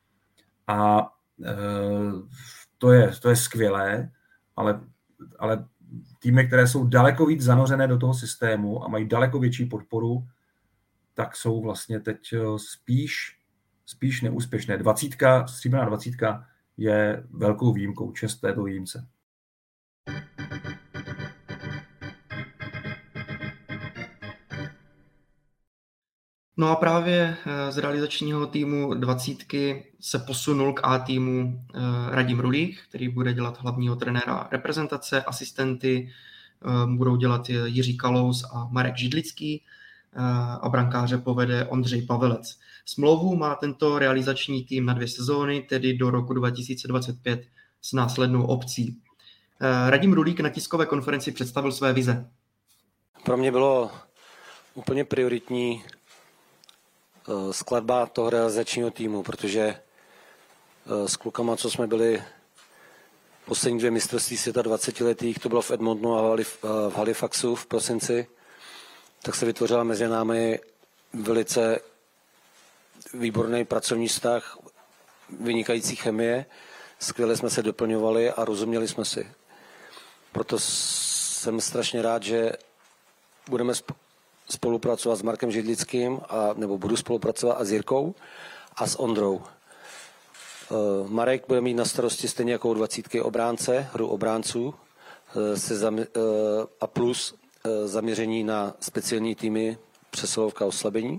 A uh, to je, to je skvělé, ale, ale týmy, které jsou daleko víc zanořené do toho systému a mají daleko větší podporu, tak jsou vlastně teď spíš, spíš neúspěšné. Dvacítka, stříbrná dvacítka je velkou výjimkou, čest této výjimce.
No a právě z realizačního týmu dvacítky se posunul k A týmu Radim Rulík, který bude dělat hlavního trenéra reprezentace, asistenty budou dělat Jiří Kalous a Marek Židlický a brankáře povede Ondřej Pavelec. Smlouvu má tento realizační tým na dvě sezóny, tedy do roku dva tisíce dvacet pět s následnou opcí. Radim Rulík na tiskové konferenci představil své vize.
Pro mě bylo úplně prioritní skladba toho realizačního týmu, protože s klukama, co jsme byli poslední dvě mistrovství světa dvacetiletých, to bylo v Edmontonu a v Halifaxu v prosinci, tak se vytvořila mezi námi velice výborný pracovní vztah, vynikající chemie, skvěle jsme se doplňovali a rozuměli jsme si. Proto jsem strašně rád, že budeme spolupracovat s Markem Židlickým, a, nebo budu spolupracovat a s Jirkou a s Ondrou. Marek bude mít na starosti stejně jako u dvacítky obránce, hru obránců se zami- a plus zaměření na speciální týmy přesilovka oslabení.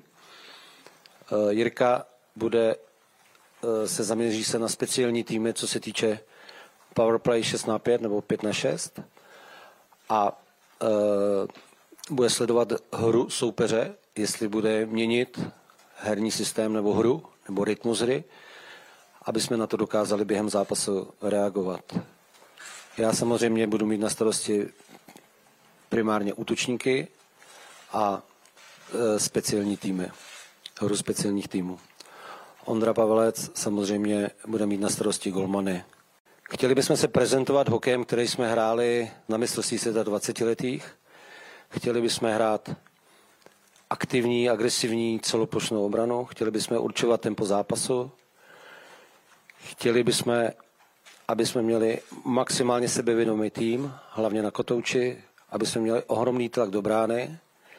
Jirka bude se zaměří se na speciální týmy, co se týče powerplay šest na pět nebo pět na šest a bude sledovat hru soupeře, jestli bude měnit herní systém nebo hru, nebo rytmus hry, aby jsme na to dokázali během zápasu reagovat. Já samozřejmě budu mít na starosti primárně útočníky a e, speciální týmy, hru speciálních týmů. Ondra Pavelec samozřejmě bude mít na starosti golmany. Chtěli bychom se prezentovat hokejem, který jsme hráli na mistrovství světa dvacetiletých. Chtěli bychom hrát aktivní, agresivní celoplošnou obranu. Chtěli bychom určovat tempo zápasu. Chtěli bychom, aby jsme měli maximálně sebevědomý tým, hlavně na kotouči, aby jsme měli ohromný tlak do brány,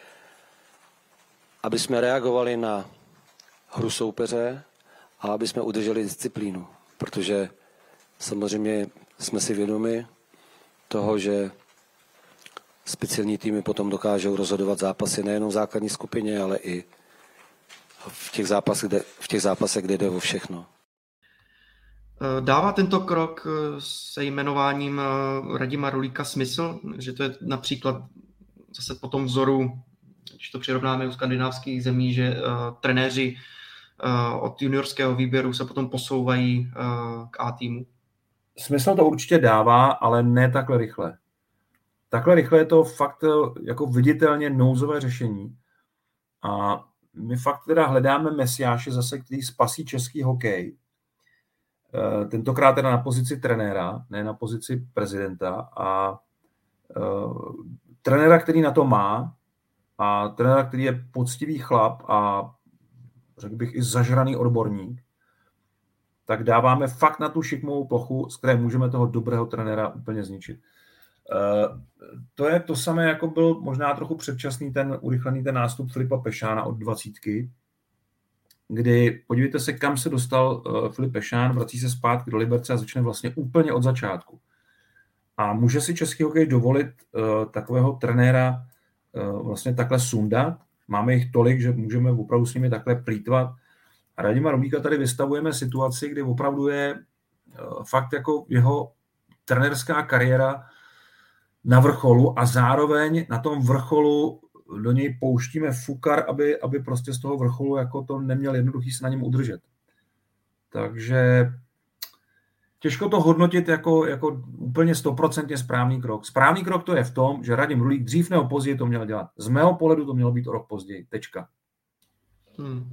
aby jsme reagovali na hru soupeře a aby jsme udrželi disciplínu. Protože samozřejmě jsme si vědomi toho, že speciální týmy potom dokážou rozhodovat zápasy nejenom v základní skupině, ale i v těch zápasech, kde, v těch zápasech, kde jde o všechno.
Dává tento krok se jmenováním Radima Rulíka smysl, že to je například zase po tom vzoru, když to přirovnáme u skandinávských zemí, že uh, trenéři uh, od juniorského výběru se potom posouvají uh, k A týmu?
smysl to určitě dává, ale ne takhle rychle. Takhle rychle je to fakt jako viditelně nouzové řešení. A my fakt teda hledáme mesiáše zase, který spasí český hokej. Tentokrát teda na pozici trenéra, ne na pozici prezidenta. A uh, trenéra, který na to má, a trenéra, který je poctivý chlap a řekl bych i zažraný odborník, tak dáváme fakt na tu šikmovou plochu, z které můžeme toho dobrého trenéra úplně zničit. Uh, to je to samé, jako byl možná trochu předčasný ten urychlený ten nástup Filipa Pešána od dvacítky, kdy podívejte se, kam se dostal uh, Filip Pešán, vrací se zpátky do Liberce a začne vlastně úplně od začátku. A může si český hokej dovolit uh, takového trenéra uh, vlastně takhle sundat. Máme jich tolik, že můžeme opravdu s nimi takhle plýtvat. A Radima Rulíka tady vystavujeme situaci, kdy opravdu je uh, fakt jako jeho trenérská kariéra na vrcholu a zároveň na tom vrcholu do něj pouštíme fukar, aby, aby prostě z toho vrcholu jako to neměl jednoduchý se na něm udržet. Takže těžko to hodnotit jako, jako úplně stoprocentně správný krok. Správný krok to je v tom, že Radim Rulík dřív nebo později to měl dělat. Z mého pohledu to mělo být o rok později. Tečka. Hmm.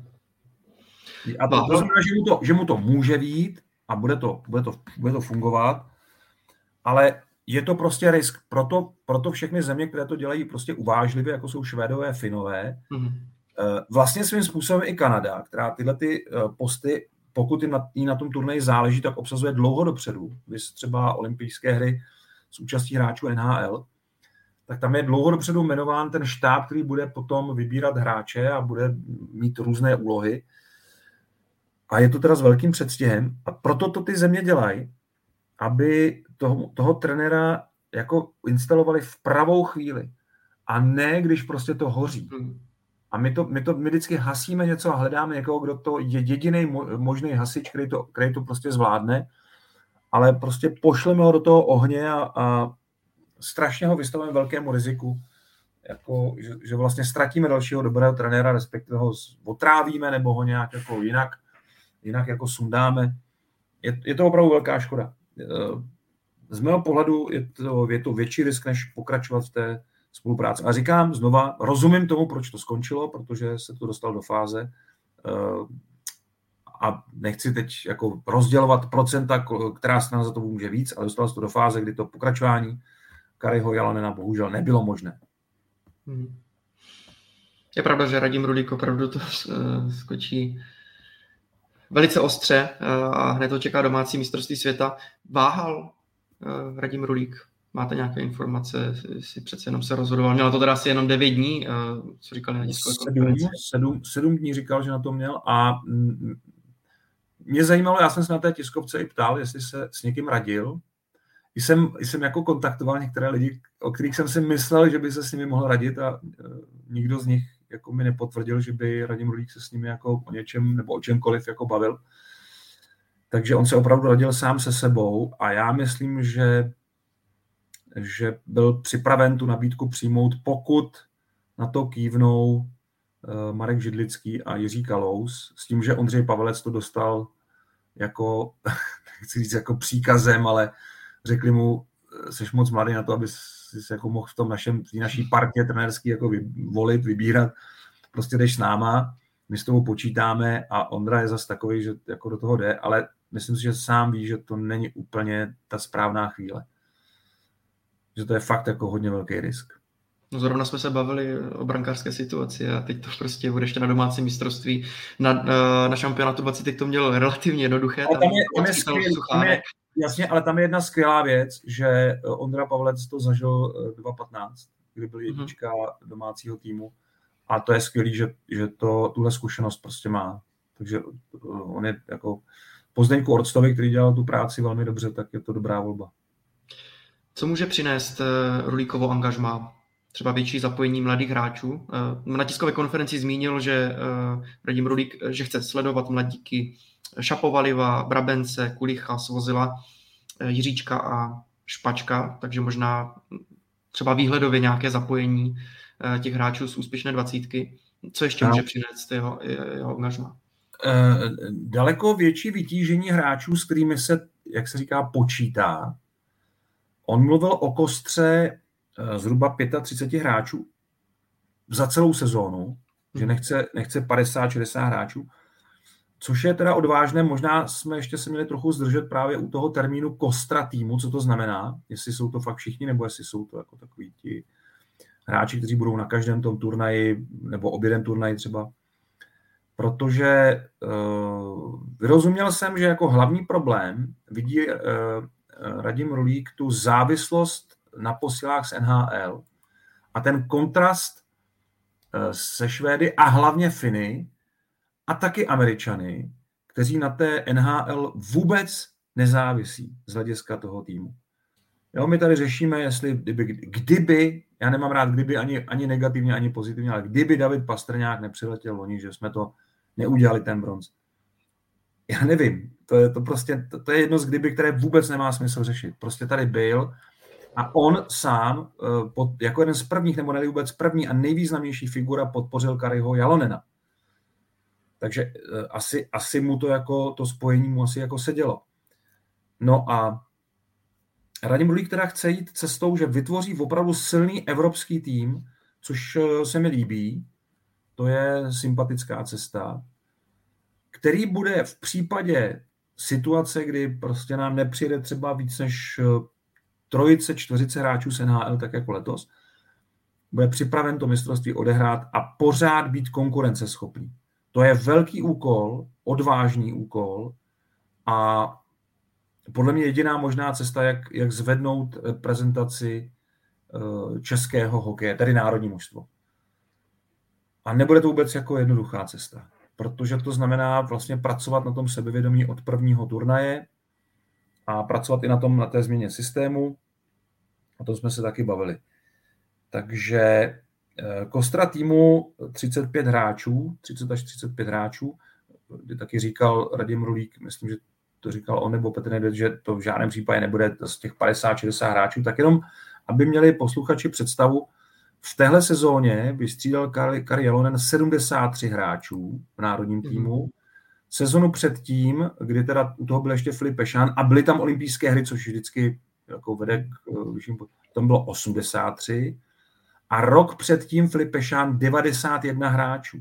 A to, to znamená, že mu to, že mu to může vyjít a bude to, bude to, bude to fungovat, ale je to prostě risk. Proto, proto všechny země, které to dělají prostě uvážlivě, jako jsou Švédové, Finové, mm. vlastně svým způsobem i Kanada, která tyhle ty posty, pokud jim na, jim na tom turnaji záleží, tak obsazuje dlouho dopředu. Vys třeba olympijské hry s účastí hráčů N H L, tak tam je dlouho dopředu jmenován ten štáb, který bude potom vybírat hráče a bude mít různé úlohy. A je to teda s velkým předstihem. A proto to ty země dělají, aby toho, toho trenéra jako instalovali v pravou chvíli. A ne, když prostě to hoří. A my, to, my, to, my vždycky hasíme něco a hledáme někoho, kdo to je jediný možný hasič, který to, který to prostě zvládne, ale prostě pošleme ho do toho ohně a, a strašně ho vystavíme velkému riziku, jako, že, že vlastně ztratíme dalšího dobrého trenéra, respektive ho otrávíme nebo ho nějak jako jinak, jinak jako sundáme. Je, je to opravdu velká škoda. Z mého pohledu je to, je to větší risk, než pokračovat v té spolupráci. A říkám znova, rozumím tomu, proč to skončilo, protože se to dostalo do fáze a nechci teď jako rozdělovat procenta, která strana za to může víc, ale dostalo se to do fáze, kdy to pokračování Kariho Jalonena bohužel nebylo možné.
Hmm. Je pravda, že Radim Rulík opravdu to skočí velice ostře a hned to čeká domácí mistrovství světa. Váhal Radim Rulík? Máte nějaké informace? Si přece jenom se rozhodoval. Mělo to teda asi jenom devět dní, co říkali na tiskové konferenci.
Sedm, sedm dní říkal, že na to měl a mě zajímalo, já jsem se na té tiskovce i ptal, jestli se s někým radil. Jsem, jsem jako kontaktoval některé lidi, o kterých jsem si myslel, že by se s nimi mohl radit a nikdo z nich jako mi nepotvrdil, že by Radim Rulík se s nimi jako o něčem nebo o čemkoliv jako bavil. Takže on se opravdu radil sám se sebou a já myslím, že, že byl připraven tu nabídku přijmout, pokud na to kývnou Marek Židlický a Jiří Kalous, s tím, že Ondřej Pavelec to dostal jako, nechci říct jako příkazem, ale řekli mu, jsi moc mladý na to, aby jsi se jako mohl v tom našem, v naší partě trenérský jako volit, vybírat. Prostě jdeš s náma, my s tobou počítáme a Ondra je zas takový, že jako do toho jde, ale myslím si, že sám ví, že to není úplně ta správná chvíle. Že to je fakt jako hodně velký risk.
No zrovna jsme se bavili o brankářské situaci a teď to prostě bude ještě na domácí mistrovství. Na, na šampionátu dvacet to měl relativně jednoduché.
Tam, tam je, tam je skvělý, tam je, jasně, ale tam je jedna skvělá věc, že Ondra Pavlec to zažil dva patnáct, kdy byl jednička mm-hmm. domácího týmu a to je skvělý, že, že to, tuhle zkušenost prostě má. Takže on je jako po Zdeňku Orctovi, který dělal tu práci velmi dobře, tak je to dobrá volba.
Co může přinést Rulíkovo angažmá? Třeba větší zapojení mladých hráčů. Na tiskové konferenci zmínil, že Radim Rulík, že chce sledovat mladíky Šapovaliva, Brabence, Kulicha, Svozila, Jiříčka a Špačka, takže možná třeba výhledově nějaké zapojení těch hráčů z úspěšné dvacítky. Co ještě no. může přinést jeho, jeho angažmá?
daleko větší vytížení hráčů, s kterými se, jak se říká, počítá. On mluvil o kostře zhruba třicet pět hráčů za celou sezónu, že nechce, nechce padesát šedesát hráčů, což je teda odvážné. Možná jsme ještě se měli trochu zdržet právě u toho termínu kostra týmu, co to znamená, jestli jsou to fakt všichni, nebo jestli jsou to jako takový ti hráči, kteří budou na každém tom turnaji, nebo oběden turnaji třeba. Protože uh, vyrozuměl jsem, že jako hlavní problém vidí uh, Radim Rulík tu závislost na posilách z N H L a ten kontrast uh, se Švédy a hlavně Finy a taky Američany, kteří na té N H L vůbec nezávisí z hlediska toho týmu. Jo, my tady řešíme, jestli kdyby, kdyby, já nemám rád kdyby ani, ani negativně, ani pozitivně, ale kdyby David Pastrňák nepřiletěl loni, že jsme to neudělali ten bronz. Já nevím, to je, to prostě, to, to je jedno z kdyby, které vůbec nemá smysl řešit. Prostě tady byl a on sám pod, jako jeden z prvních, nebo ne vůbec první a nejvýznamnější figura podpořil Kariho Jalonena. Takže asi, asi mu to jako, to spojení mu asi jako sedělo. No a Radim Rulík teda chce jít cestou, že vytvoří opravdu silný evropský tým, což se mi líbí, to je sympatická cesta, který bude v případě situace, kdy prostě nám nepřijde třeba víc než trojice, čtveřice hráčů z N H L, tak jako letos, bude připraven to mistrovství odehrát a pořád být konkurenceschopný. To je velký úkol, odvážný úkol a podle mě jediná možná cesta, jak, jak zvednout prezentaci českého hokeje, tedy národní mužstvo. A nebude to vůbec jako jednoduchá cesta, protože to znamená vlastně pracovat na tom sebevědomí od prvního turnaje a pracovat i na tom, na té změně systému. O tom jsme se taky bavili. Takže kostra týmu třicet pět hráčů, třicet až třicet pět hráčů, kdy taky říkal Radim Rulík, myslím, že to říkal on nebo Petr Nedvěd, že to v žádném případě nebude z těch padesát šedesát hráčů, tak jenom, aby měli posluchači představu, v téhle sezóně vystřídal Kari Jalonen sedmdesát tři hráčů v národním týmu. Sezonu předtím, kdy teda u toho byl ještě Filip Pešán a byly tam olympijské hry, což vždycky jako vede k vyšším, tam bylo osmdesát tři. A rok předtím Filip Pešán devadesát jedna hráčů.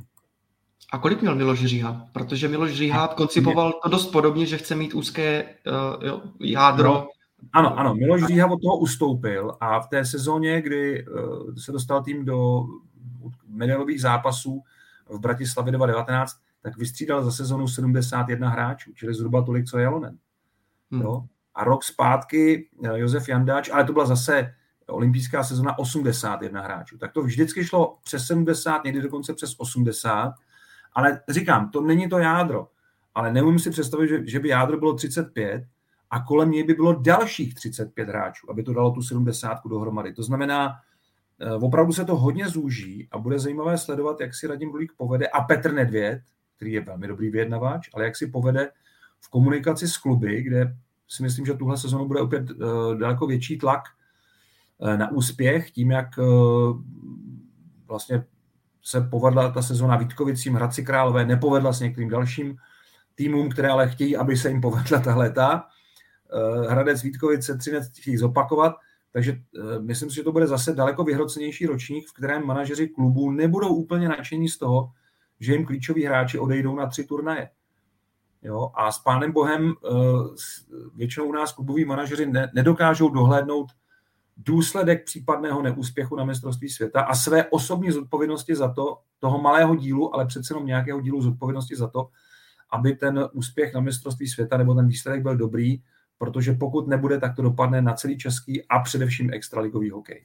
A kolik měl Miloš Říha? Protože Miloš Říha koncipoval to dost podobně, že chce mít úzké uh, jo, jádro.
No, ano, ano, Miloš Říha od toho ustoupil a v té sezóně, kdy uh, se dostal tým do medailových zápasů v Bratislavě dva tisíce devatenáct, tak vystřídal za sezonu sedmdesát jedna hráčů, čili zhruba tolik, co Jalonen. Hmm. Jo? A rok zpátky Josef Jandáč, ale to byla zase olympijská sezona osmdesát jedna hráčů. Tak to vždycky šlo přes sedmdesát, někdy dokonce přes osmdesát, ale říkám, to není to jádro. Ale nemůžu si představit, že, že by jádro bylo třicet pět a kolem něj by bylo dalších třicet pět hráčů, aby to dalo tu sedmdesátku dohromady. To znamená, opravdu se to hodně zúží a bude zajímavé sledovat, jak si Radim Rulík povede a Petr Nedvěd, který je velmi dobrý vyjednavač, ale jak si povede v komunikaci s kluby, kde si myslím, že tuhle sezonu bude opět uh, daleko větší tlak uh, na úspěch, tím, jak uh, vlastně se povedla ta sezona Vítkovicím, Hradci Králové, nepovedla s některým dalším týmům, které ale chtějí, aby se jim povedla tahle ta. Uh, Hradec Vítkovice Třinec chtějí zopakovat, takže uh, myslím si, že to bude zase daleko vyhrocenější ročník, v kterém manažeři klubů nebudou úplně nadšení z toho, že jim klíčoví hráči odejdou na tři turnaje. Jo? A s pánem bohem většinou u nás kluboví manažeři ne, nedokážou dohlédnout důsledek případného neúspěchu na mistrovství světa a své osobní zodpovědnosti za to, toho malého dílu, ale přece jenom nějakého dílu zodpovědnosti za to, aby ten úspěch na mistrovství světa nebo ten výsledek byl dobrý, protože pokud nebude, tak to dopadne na celý český a především extraligový hokej.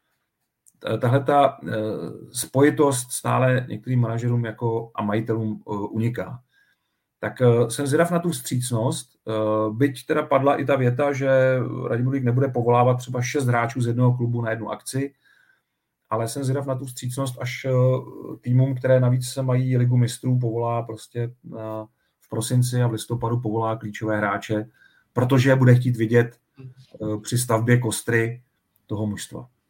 Tahle ta spojitost stále některým manažerům jako a majitelům uniká. Tak jsem zvědav na tu vstřícnost, byť teda padla i ta věta, že Radim Rulík nebude povolávat třeba šest hráčů z jednoho klubu na jednu akci, ale jsem zvědav na tu vstřícnost, až týmům, které navíc se mají ligu mistrů, povolá prostě v prosinci a v listopadu povolá klíčové hráče, protože je bude chtít vidět při stavbě kostry toho mužstva.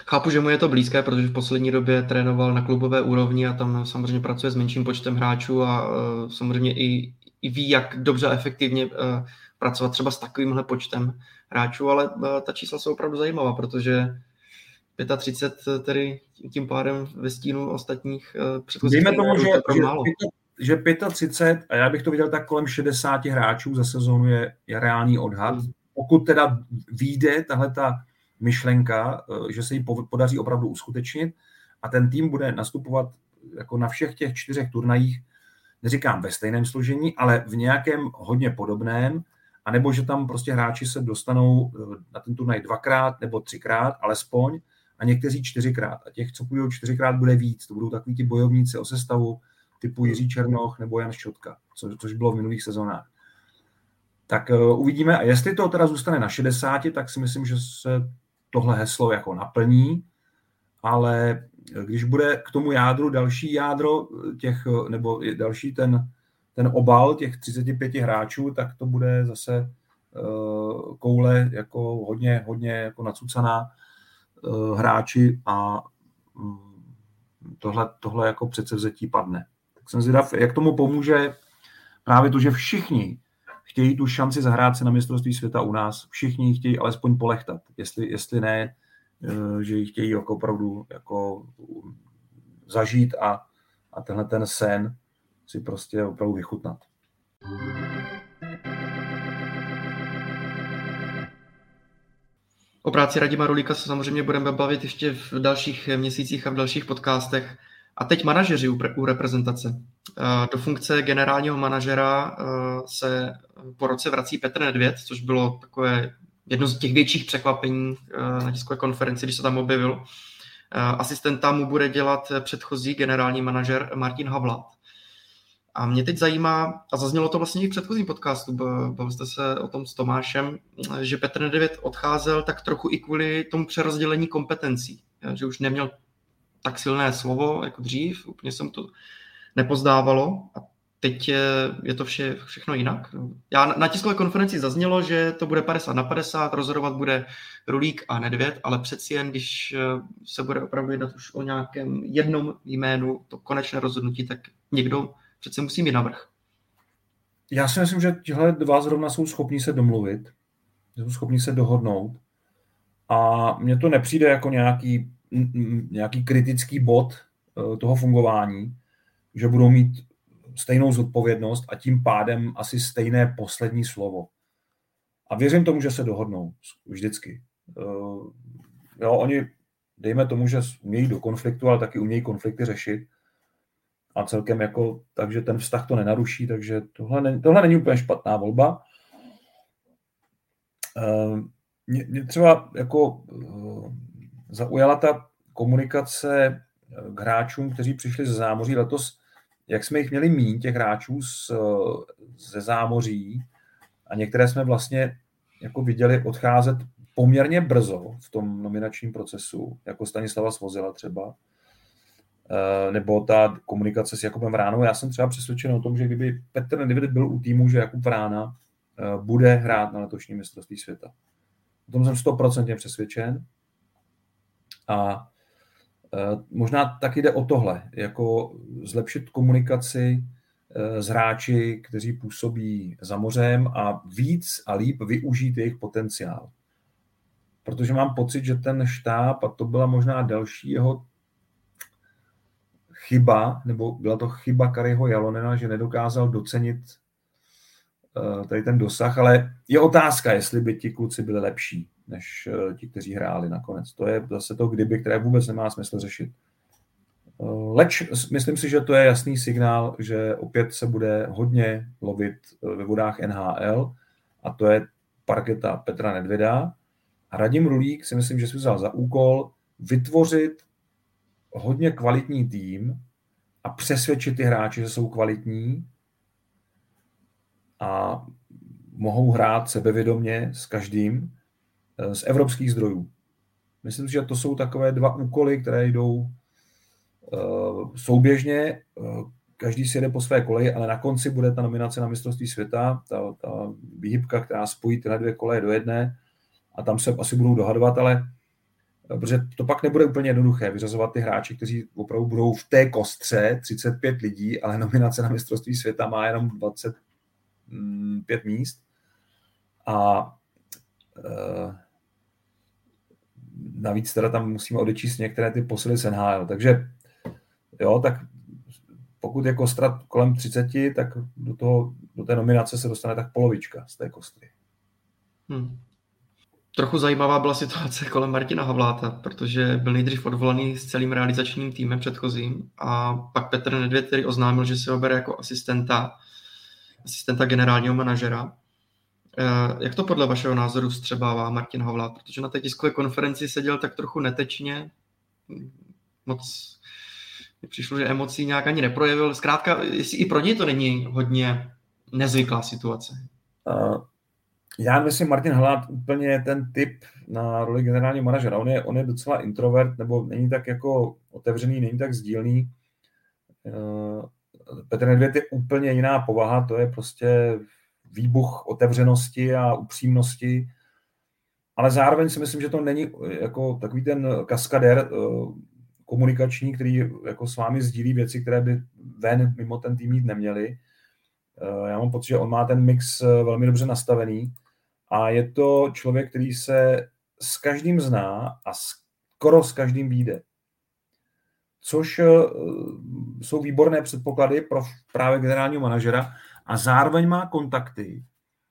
Chápu, že mu je to blízké, protože v poslední době trénoval na klubové úrovni a tam samozřejmě pracuje s menším počtem hráčů a uh, samozřejmě i, i ví, jak dobře a efektivně uh, pracovat třeba s takovýmhle počtem hráčů, ale uh, ta čísla jsou opravdu zajímavá, protože třicet pět tedy tím pádem ve stínu ostatních uh, předchozích
Dejme tomu, že, že,
málo.
že třicet pět, a já bych to viděl tak kolem šedesát hráčů za sezónu je, je reálný odhad. Hmm. Pokud teda vyjde tahleta myšlenka, že se jí podaří opravdu uskutečnit a ten tým bude nastupovat jako na všech těch čtyřech turnajích, neříkám ve stejném složení, ale v nějakém hodně podobném, anebo že tam prostě hráči se dostanou na ten turnaj dvakrát nebo třikrát alespoň a někteří čtyřikrát. A těch, co půjdou čtyřikrát, bude víc. To budou takový ti bojovníci o sestavu typu Jiří Černoch nebo Jan Šťotka, co, což bylo v minulých sezónách. Tak uh, uvidíme. A jestli to teda zůstane na šedesáti, tak si myslím, že se tohle heslo jako naplní, ale když bude k tomu jádru další jádro těch, nebo další ten, ten obal těch třicet pět hráčů, tak to bude zase uh, koule jako hodně, hodně jako nacucaná uh, hráči a um, tohle, tohle jako předsevzetí padne. Tak jsem zvědav, jak tomu pomůže právě to, že všichni chtějí tu šanci zahrát se na mistrovství světa u nás. Všichni chtějí alespoň polechtat. Jestli, jestli ne, že ji chtějí jako opravdu jako zažít a, a tenhle ten sen si prostě opravdu vychutnat.
O práci Radima Rulíka se samozřejmě budeme bavit ještě v dalších měsících a v dalších podcastech. A teď manažeři u reprezentace. Do funkce generálního manažera se po roce vrací Petr Nedvěd, což bylo takové jedno z těch větších překvapení na tiskové konferenci, když se tam objevil. Asistenta mu bude dělat předchozí generální manažer Martin Havlát. A mě teď zajímá, a zaznělo to vlastně i v předchozím podcastu, bavili jste se o tom s Tomášem, že Petr Nedvěd odcházel tak trochu i kvůli tomu přerozdělení kompetencí, že už neměl tak silné slovo jako dřív, úplně jsem to nepozdávalo a teď je, je to vše, všechno jinak. Já na tiskové konferenci zaznělo, že to bude padesát na padesát, rozhodovat bude Rulík a Nedvěd, ale přeci jen, když se bude opravdu jednat už o nějakém jednom jménu, to konečné rozhodnutí, tak někdo přece musí mít navrch.
Já si myslím, že tihle dva zrovna jsou schopní se domluvit, jsou schopní se dohodnout a mně to nepřijde jako nějaký nějaký kritický bod toho fungování, že budou mít stejnou zodpovědnost a tím pádem asi stejné poslední slovo. A věřím tomu, že se dohodnou vždycky. Jo, oni, dejme tomu, že umějí do konfliktu, ale taky umějí konflikty řešit a celkem jako, takže ten vztah to nenaruší, takže tohle, ne, tohle není úplně špatná volba. Mě, mě třeba jako zaujala ta komunikace k hráčům, kteří přišli ze zámoří letos, jak jsme jich měli míň, těch hráčů z, ze zámoří a některé jsme vlastně jako viděli odcházet poměrně brzo v tom nominačním procesu, jako Stanislava Svozila třeba, nebo ta komunikace s Jakubem Vránou. Já jsem třeba přesvědčen o tom, že kdyby Petr Nedvěd byl u týmu, že Jakub Vrána bude hrát na letošním mistrovství světa. O tom jsem sto procent přesvědčen. A e, možná tak jde o tohle, jako zlepšit komunikaci e, s hráči, kteří působí za mořem a víc a líp využít jejich potenciál. Protože mám pocit, že ten štáb, a to byla možná další jeho chyba, nebo byla to chyba Kariho Jalonena, že nedokázal docenit e, tady ten dosah, ale je otázka, jestli by ti kluci byli lepší než ti, kteří hráli nakonec. To je zase to kdyby, které vůbec nemá smysl řešit. Leč, myslím si, že to je jasný signál, že opět se bude hodně lovit ve vodách N H L a to je parketa Petra Nedvěda. A Radim Rulík si myslím, že si vzal za úkol vytvořit hodně kvalitní tým a přesvědčit ty hráči, že jsou kvalitní a mohou hrát sebevědomě s každým z evropských zdrojů. Myslím si, že to jsou takové dva úkoly, které jdou uh, souběžně. Uh, každý si jede po své koleji, ale na konci bude ta nominace na mistrovství světa, ta, ta výhybka, která spojí tyhle dvě koleje do jedné a tam se asi budou dohadovat, ale protože to pak nebude úplně jednoduché vyřazovat ty hráči, kteří opravdu budou v té kostře třicet pět lidí, ale nominace na mistrovství světa má jenom dvacet pět míst. A e, navíc teda tam musíme odečíst některé ty posily z N H L. Takže jo, tak pokud je kostra kolem třicet, tak do, toho, do té nominace se dostane tak polovička z té kostry.
Hmm. Trochu zajímavá byla situace kolem Martina Havláta, protože byl nejdřív odvolaný s celým realizačním týmem předchozím a pak Petr Nedvěd, který oznámil, že se ho bere jako asistenta, asistenta generálního manažera. Jak to podle vašeho názoru vstřebává Martin Havlát? Protože na té tiskové konferenci seděl tak trochu netečně, moc mi přišlo, že emocí nějak ani neprojevil. Zkrátka, jestli i pro něj to není hodně nezvyklá situace.
Uh, já myslím, Martin Havlát úplně ten typ na roli generálního manažera. On je, on je docela introvert, nebo není tak jako otevřený, není tak sdílný. Uh, Petr Nedvěd je úplně jiná povaha, to je prostě výbuch otevřenosti a upřímnosti, ale zároveň si myslím, že to není jako takový ten kaskadér komunikační, který jako s vámi sdílí věci, které by ven mimo ten tým mít neměli. Já mám pocit, že on má ten mix velmi dobře nastavený a je to člověk, který se s každým zná a skoro s každým vyjde. Což jsou výborné předpoklady pro právě generálního manažera a zároveň má kontakty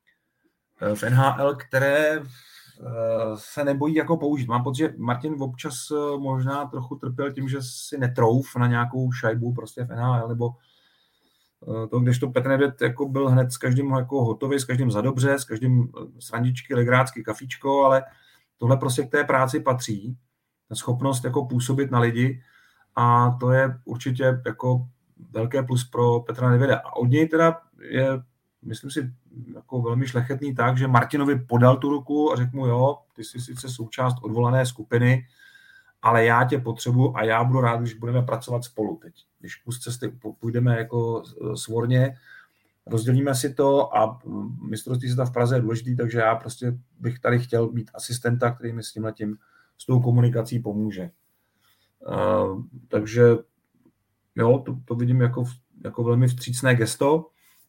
v N H L, které se nebojí jako použít. Mám pocit, že Martin občas možná trochu trpěl tím, že si netrouf na nějakou šajbu prostě v N H L, nebo to, kdežto Petr Nedvěd jako byl hned s každým jako hotový, s každým za dobře, s každým srandičky, legrácky, kafíčko, ale tohle prostě k té práci patří. Ta schopnost jako působit na lidi a to je určitě jako velké plus pro Petra Nedvěda. A od něj teda je, myslím si, jako velmi šlechetný tak, že Martinovi podal tu ruku a řekl mu, jo, ty jsi sice součást odvolané skupiny, ale já tě potřebuji a já budu rád, když budeme pracovat spolu teď. Když kus cesty půjdeme jako svorně, rozdělíme si to a mistrovství světa v Praze je důležitý, takže já prostě bych tady chtěl být asistenta, který mi s tímhletím, s tou komunikací pomůže. Uh, takže jo, to, to vidím jako, jako velmi vstřícné gesto.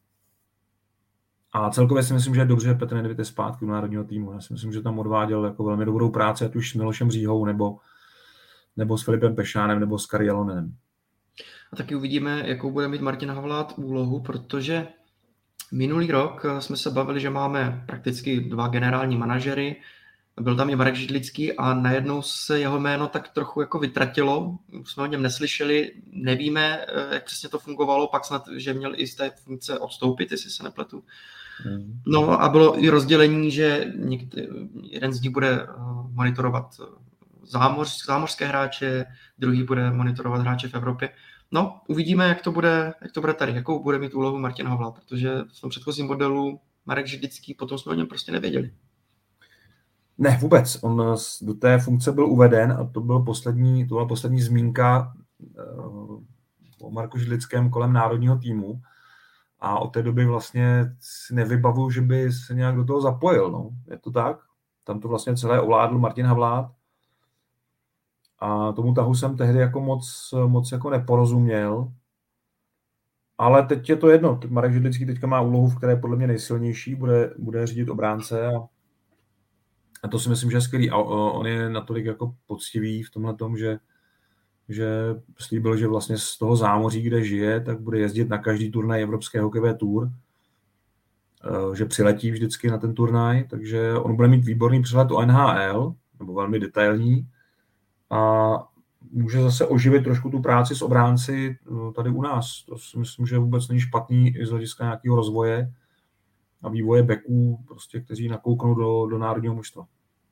A celkově si myslím, že je dobře, že Petr Nedvěd je zpátky u národního týmu. Já si myslím, že tam odváděl jako velmi dobrou práci, ať už s Milošem Říhou, nebo, nebo s Filipem Pešánem, nebo s Kari Jalonenem.
A taky uvidíme, jakou bude mít Martin Havlát úlohu, protože minulý rok jsme se bavili, že máme prakticky dva generální manažery, byl tam i Marek Židlický a najednou se jeho jméno tak trochu jako vytratilo, jsme o něm neslyšeli, nevíme, jak přesně to fungovalo, pak snad, že měl i z té funkce odstoupit, jestli se nepletu. No a bylo i rozdělení, že někde, jeden z nich bude monitorovat zámoř, zámořské hráče, druhý bude monitorovat hráče v Evropě. No, uvidíme, jak to bude, jak to bude tady, jakou bude mít úlohu Martin Havlát, protože v tom předchozím modelu Marek Židlický, potom jsme o něm prostě nevěděli.
Ne, vůbec. On do té funkce byl uveden a to, byl poslední, to byla poslední zmínka o Marku Židlickém kolem národního týmu. A od té doby vlastně si nevybavuju, že by se nějak do toho zapojil. No. Je to tak? Tam to vlastně celé ovládl Martin Havlát. A tomu tahu jsem tehdy jako moc, moc jako neporozuměl. Ale teď je to jedno. Marek Židlický teďka má úlohu, v které je podle mě nejsilnější. Bude, bude řídit obránce a A to si myslím, že je skvělý. A on je natolik jako poctivý v tomhle tom, že, že slíbil, že vlastně z toho zámoří, kde žije, tak bude jezdit na každý turnaj Evropské hokejové tour, že přiletí vždycky na ten turnaj, takže on bude mít výborný přehled o N H L, nebo velmi detailní, a může zase oživit trošku tu práci s obránci tady u nás. To si myslím, že vůbec není špatný i z hlediska nějakého rozvoje a vývoje backů, prostě, kteří nakouknou do, do národního mužstva.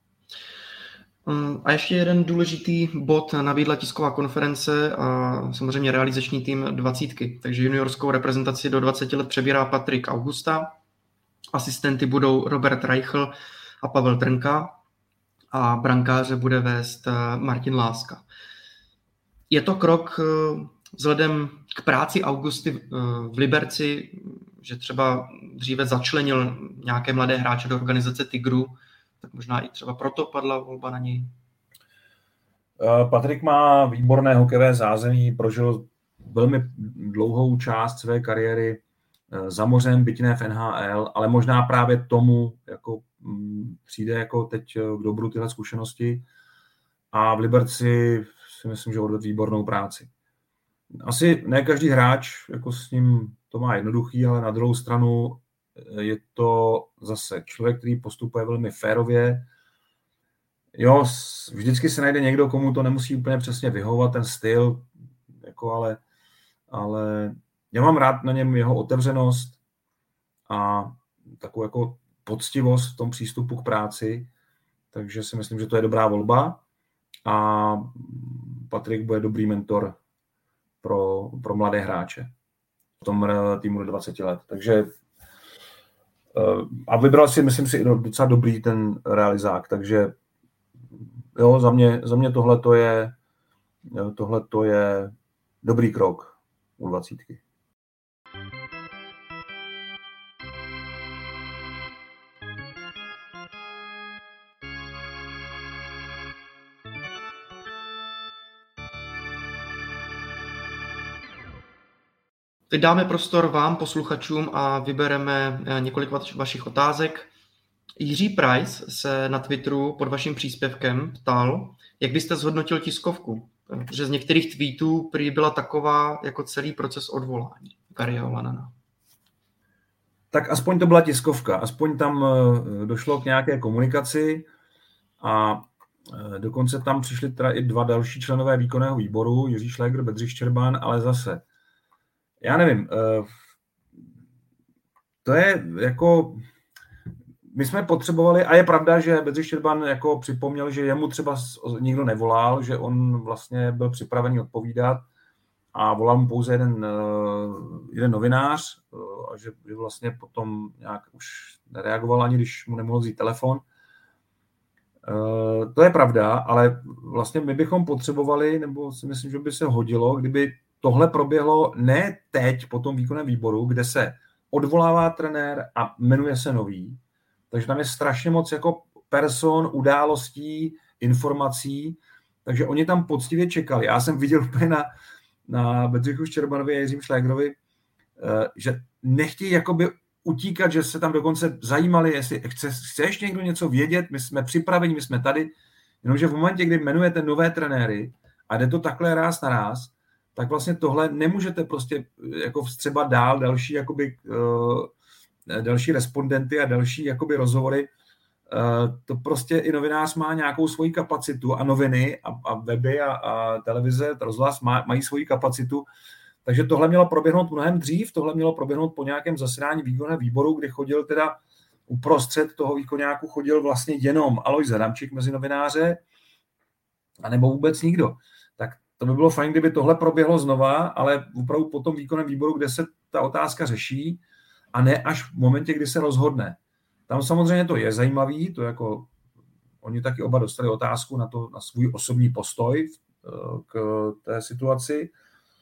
A ještě jeden důležitý bod nabídla tisková konference a samozřejmě realizační tým dvacítky. Takže juniorskou reprezentaci do dvaceti let přebírá Patrik Augusta, asistenty budou Robert Reichl a Pavel Trnka a brankáře bude vést Martin Láska. Je to krok vzhledem k práci Augusty v Liberci, že třeba dříve začlenil nějaké mladé hráče do organizace Tigru, tak možná i třeba proto padla volba na něj.
Patrik má výborné hokejové zázemí, prožil velmi dlouhou část své kariéry za mořem, byť ne v N H L, ale možná právě tomu jako přijde jako teď k dobru tyhle zkušenosti a v Liberci si myslím, že odvedl výbornou práci. Asi ne každý hráč jako s ním to má jednoduchý, ale na druhou stranu je to zase člověk, který postupuje velmi férově. Jo, vždycky se najde někdo, komu to nemusí úplně přesně vyhovovat, ten styl, jako ale, ale já mám rád na něm jeho otevřenost a takovou jako poctivost v tom přístupu k práci, takže si myslím, že to je dobrá volba a Patrik bude dobrý mentor pro, pro mladé hráče v tom týmu do dvaceti let. Takže a vybral si, myslím si, docela dobrý ten realizák, takže jo, za mě, za mě tohle to je, tohle to je dobrý krok u dvacítky.
Teď dáme prostor vám, posluchačům, a vybereme několik vašich otázek. Jiří Price se na Twitteru pod vaším příspěvkem ptal, jak byste zhodnotil tiskovku, protože z některých tweetů prý byla taková jako celý proces odvolání Karyho Lanana.
Tak aspoň to byla tiskovka, aspoň tam došlo k nějaké komunikaci a dokonce tam přišli teda i dva další členové výkonného výboru, Jiří Šléger, Bedřich Štěrban, ale zase, já nevím, to je jako... My jsme potřebovali, a je pravda, že Bedřich Štěrban jako připomněl, že jemu třeba nikdo nevolal, že on vlastně byl připravený odpovídat a volal mu pouze jeden, jeden novinář a že vlastně potom nějak už nereagoval, ani když mu nemohl vzít telefon. To je pravda, ale vlastně my bychom potřebovali, nebo si myslím, že by se hodilo, kdyby tohle proběhlo ne teď po tom výkonném výboru, kde se odvolává trenér a jmenuje se nový. Takže tam je strašně moc jako person, událostí, informací, takže oni tam poctivě čekali. Já jsem viděl úplně na, na Bedřichu Štěrbanovi a Jiřím Šlégerovi, že nechtějí jakoby utíkat, že se tam dokonce zajímali, jestli chce, chce ještě někdo něco vědět, my jsme připraveni, my jsme tady, jenomže v momentě, kdy jmenujete nové trenéry a jde to takhle ráz na ráz, tak vlastně tohle nemůžete prostě jako vstřebat dál další jakoby uh, další respondenty a další jakoby rozhovory. To prostě i novinář má nějakou svoji kapacitu a noviny a, a weby a, a televize, rozhlas má, mají svoji kapacitu. Takže tohle mělo proběhnout mnohem dřív, tohle mělo proběhnout po nějakém zasedání výkonného výboru, kdy chodil teda uprostřed toho výkonňáku chodil vlastně jenom Alojz Adamčík mezi novináře a nebo vůbec nikdo. Tak to by bylo fajn, kdyby tohle proběhlo znova, ale opravdu po tom výkonném výboru, kde se ta otázka řeší, a ne až v momentě, kdy se rozhodne. Tam samozřejmě to je zajímavý, to jako oni taky oba dostali otázku na, to, na svůj osobní postoj k té situaci,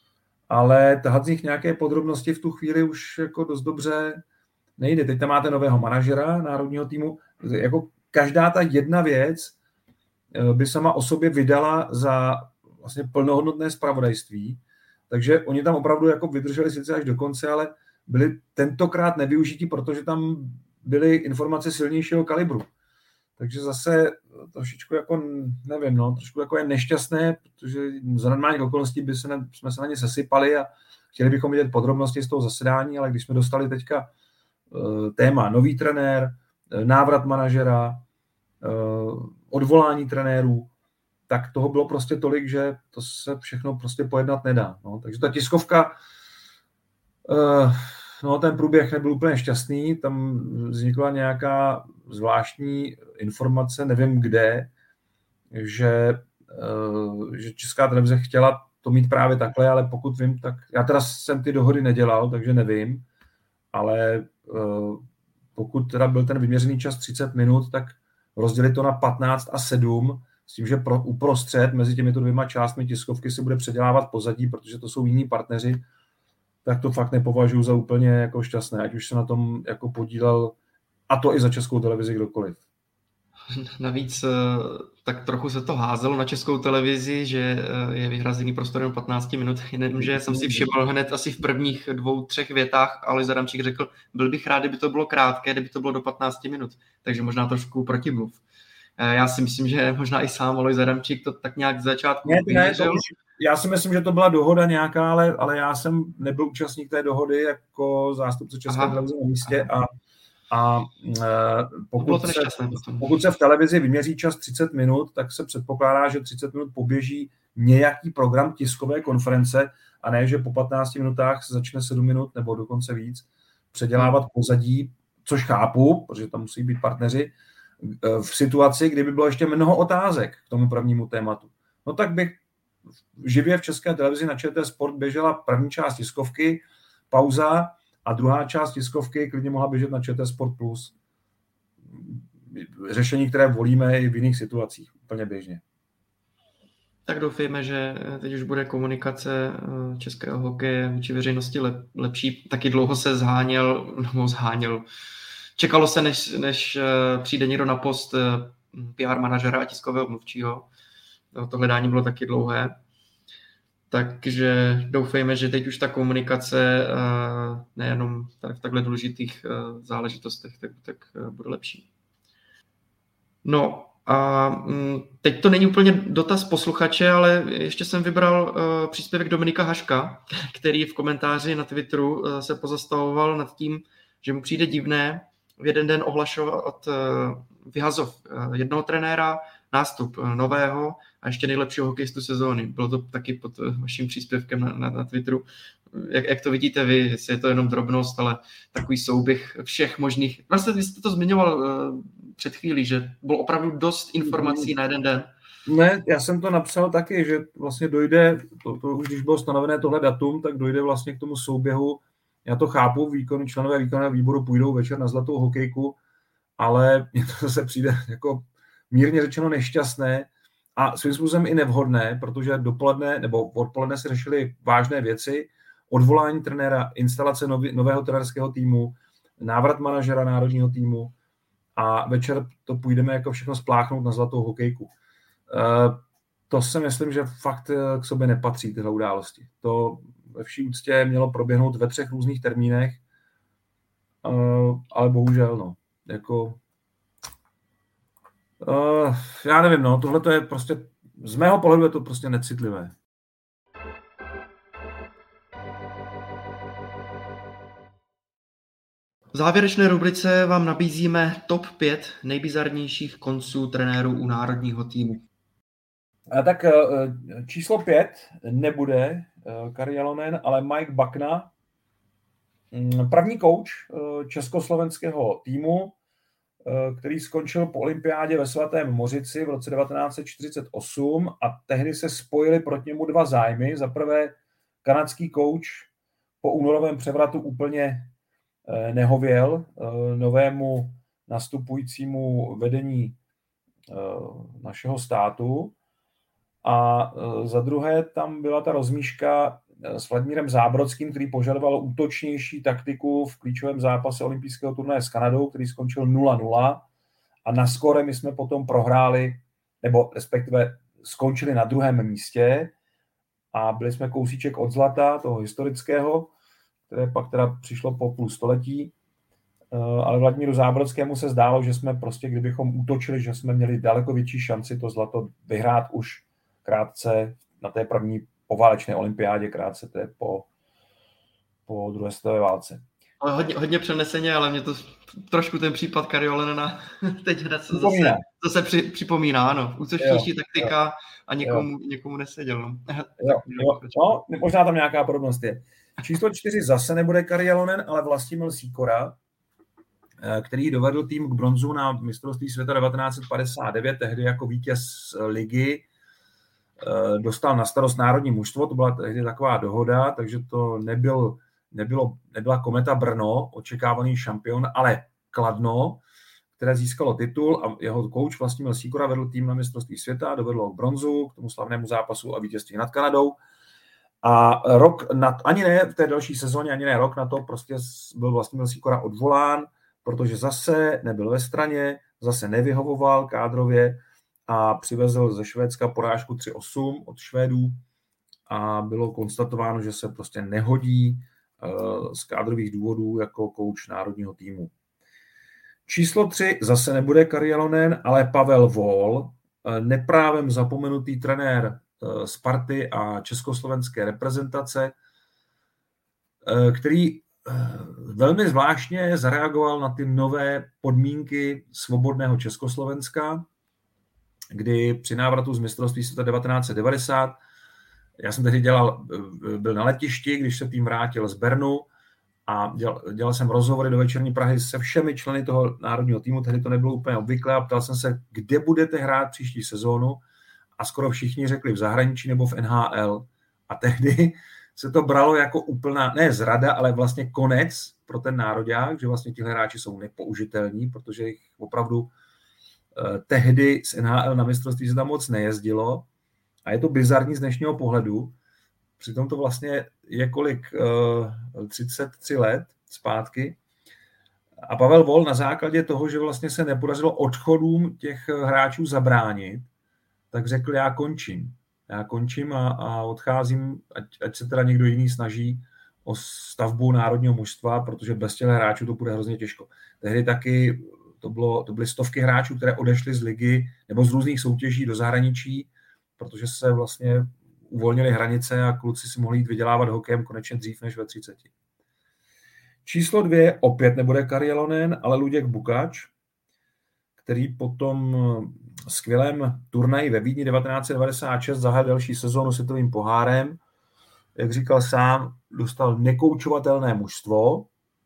ale tahat z nich nějaké podrobnosti v tu chvíli už jako dost dobře nejde. Teď tam máte nového manažera národního týmu, jako každá ta jedna věc by sama o sobě vydala za vlastně plnohodnotné zpravodajství, takže oni tam opravdu jako vydrželi sice až do konce, ale byli tentokrát nevyužití, protože tam byly informace silnějšího kalibru. Takže zase trošičku jako, nevím, no, trošku jako je nešťastné, protože za normálních okolností by se ne, jsme se na ně sesypali a chtěli bychom vidět podrobnosti z toho zasedání, ale když jsme dostali teďka uh, téma nový trenér, návrat manažera, uh, odvolání trenérů, tak toho bylo prostě tolik, že to se všechno prostě pojednat nedá. No. Takže ta tiskovka uh, no, ten průběh nebyl úplně šťastný, tam vznikla nějaká zvláštní informace, nevím kde, že, že Česká televize chtěla to mít právě takhle, ale pokud vím, tak já teda jsem ty dohody nedělal, takže nevím, ale pokud teda byl ten vyměřený čas třicet minut, tak rozdělit to na patnáct a sedm, s tím, že pro, uprostřed mezi těmito dvěma částmi tiskovky se bude předělávat pozadí, protože to jsou jiní partneři, tak to fakt nepovažuji za úplně jako šťastné, ať už se na tom jako podílel, a to i za Českou televizi kdokoliv.
Navíc tak trochu se to házelo na Českou televizi, že je vyhrazený prostor jen patnáct minut, jenomže jsem si všiml hned asi v prvních dvou, třech větách, Alojz Adamčík řekl, byl bych rád, kdyby to bylo krátké, kdyby to bylo do patnáct minut, takže možná trošku protimluv. Já si myslím, že možná i sám Alojz Adamčík to tak nějak z začátku
ne, ne, to, já si myslím, že to byla dohoda nějaká, ale, ale já jsem nebyl účastník té dohody jako zástupce České televize na místě a A pokud se, pokud se v televizi vyměří čas třicet minut, tak se předpokládá, že třicet minut poběží nějaký program tiskové konference a ne, že po patnácti minutách se začne sedm minut nebo dokonce víc předělávat pozadí, což chápu, protože tam musí být partneři, v situaci, kdyby bylo ještě mnoho otázek k tomu prvnímu tématu. No tak bych živě v České televizi na ČT Sport běžela první část tiskovky, pauza, a druhá část tiskovky klidně mohla běžet na ČT Sport Plus. Řešení, které volíme i v jiných situacích, úplně běžně.
Tak doufejme, že teď už bude komunikace českého hokeje vůči veřejnosti lepší. Taky dlouho se zháněl, no zháněl. Čekalo se, než, než přijde někdo na post P R manažera a tiskového mluvčího. To hledání bylo taky dlouhé. Takže doufejme, že teď už ta komunikace nejenom v takhle důležitých záležitostech, tak, tak bude lepší. No a teď to není úplně dotaz posluchače, ale ještě jsem vybral příspěvek Dominika Haška, který v komentáři na Twitteru se pozastavoval nad tím, že mu přijde divné v jeden den ohlašovat vyhazov jednoho trenéra, nástup nového a ještě nejlepšího hokejistu sezóny. Bylo to taky pod vaším příspěvkem na, na, na Twitteru. Jak, jak to vidíte vy, jestli je to jenom drobnost, ale takový souběh všech možných... Vlastně vy jste to zmiňoval uh, před chvílí, že bylo opravdu dost informací na jeden den.
Ne, já jsem to napsal taky, že vlastně dojde, to, to už když bylo stanovené tohle datum, tak dojde vlastně k tomu souběhu. Já to chápu, výkon, členové výkonného výboru půjdou večer na zlatou hokejku, ale mně to zase přijde jako mírně řečeno nešťastné a svým způsobem i nevhodné, protože dopoledne nebo odpoledne se řešily vážné věci, odvolání trenéra, instalace nový, nového trenérského týmu, návrat manažera národního týmu a večer to půjdeme jako všechno spláchnout na zlatou hokejku. E, to si myslím, že fakt k sobě nepatří tyhle události. To ve vší úctě mělo proběhnout ve třech různých termínech, e, ale bohužel, no, jako Uh, já nevím, no, tohle to je prostě, z mého pohledu je to prostě necitlivé.
V závěrečné rubrice vám nabízíme top pět nejbizarnějších konců trenérů u národního týmu.
A tak číslo pět nebude Kari Jalonen, ale Mike Bakna, první kouč československého týmu, který skončil po olympiádě ve Svatém Mořici v roce devatenáct set čtyřicet osm a tehdy se spojily proti němu dva zájmy. Za prvé kanadský kouč po únorovém převratu úplně nehověl novému nastupujícímu vedení našeho státu. A za druhé tam byla ta rozmíška s Vladimírem Zábrodským, který požadoval útočnější taktiku v klíčovém zápase olympijského turnaje s Kanadou, který skončil nula nula a na skóre my jsme potom prohráli, nebo respektive skončili na druhém místě a byli jsme kousíček od zlata, toho historického, které pak teda přišlo po půl století, ale Vladimíru Zábrodskému se zdálo, že jsme prostě, kdybychom útočili, že jsme měli daleko větší šanci to zlato vyhrát už krátce na té první poválečné olympiádě, krátce to je po, po druhé světové válce.
Ale hodně, hodně přeneseně, ale mě to trošku ten případ Kari Jalanena teď hned zase, zase při, připomíná, ano. Útočnější taktika jo, a někomu, někomu neseděl. No.
Jo, jo, no, možná tam nějaká podobnost je. Číslo čtyři zase nebude Kari Jalonen, ale Vlastimil Sýkora, který dovedl tým k bronzu na mistrovství světa devatenáct set padesát devět, tehdy jako vítěz ligy. Dostal na starost národní mužstvo, to byla tehdy taková dohoda, takže to nebyl, nebylo, nebyla Kometa Brno, očekávaný šampion, ale Kladno, které získalo titul a jeho kouč Vlastimil Sýkora vedl tým na mistrovství světa, dovedl ho k bronzu, k tomu slavnému zápasu a vítězství nad Kanadou. A rok nad, ani ne v té další sezóně, ani ne rok na to prostě byl Vlastimil Sýkora odvolán, protože zase nebyl ve straně, zase nevyhovoval kádrově a přivezl ze Švédska porážku tři osm od Švédů a bylo konstatováno, že se prostě nehodí z kádrových důvodů jako kouč národního týmu. Číslo tři zase nebude Kari Jalonen, ale Pavel Vol, neprávem zapomenutý trenér Sparty a československé reprezentace, který velmi zvláštně zareagoval na ty nové podmínky svobodného Československa, kdy při návratu z mistrovství světa devatenáct set devadesát, já jsem tehdy dělal, byl na letišti, když se tým vrátil z Bernu a dělal, dělal jsem rozhovory do Večerní Prahy se všemi členy toho národního týmu, tehdy to nebylo úplně obvyklé a ptal jsem se, kde budete hrát příští sezónu a skoro všichni řekli v zahraničí nebo v N H L a tehdy se to bralo jako úplná, ne zrada, ale vlastně konec pro ten nároďák, že vlastně tihle hráči jsou nepoužitelní, protože jich opravdu eh, tehdy z N H L na mistrovství se tam moc nejezdilo a je to bizarní z dnešního pohledu. Přitom to vlastně je kolik eh, třicet tři let zpátky. A Pavel Vol na základě toho, že vlastně se nepodařilo odchodům těch hráčů zabránit, tak řekl, já končím. Já končím a, a odcházím, ať, ať se teda někdo jiný snaží o stavbu národního mužstva, protože bez těch hráčů to bude hrozně těžko. Tehdy taky to, bylo, to byly stovky hráčů, které odešly z ligy nebo z různých soutěží do zahraničí, protože se vlastně uvolnily hranice a kluci si mohli jít vydělávat hokejem konečně dřív než ve třiceti. Číslo dvě opět nebude Kari Jalonen, ale Luděk Bukač, který po tom skvělém turnaji ve Vídni devatenáct set devadesát šest zahájil další sezónu světovým pohárem. Jak říkal sám, dostal nekoučovatelné mužstvo,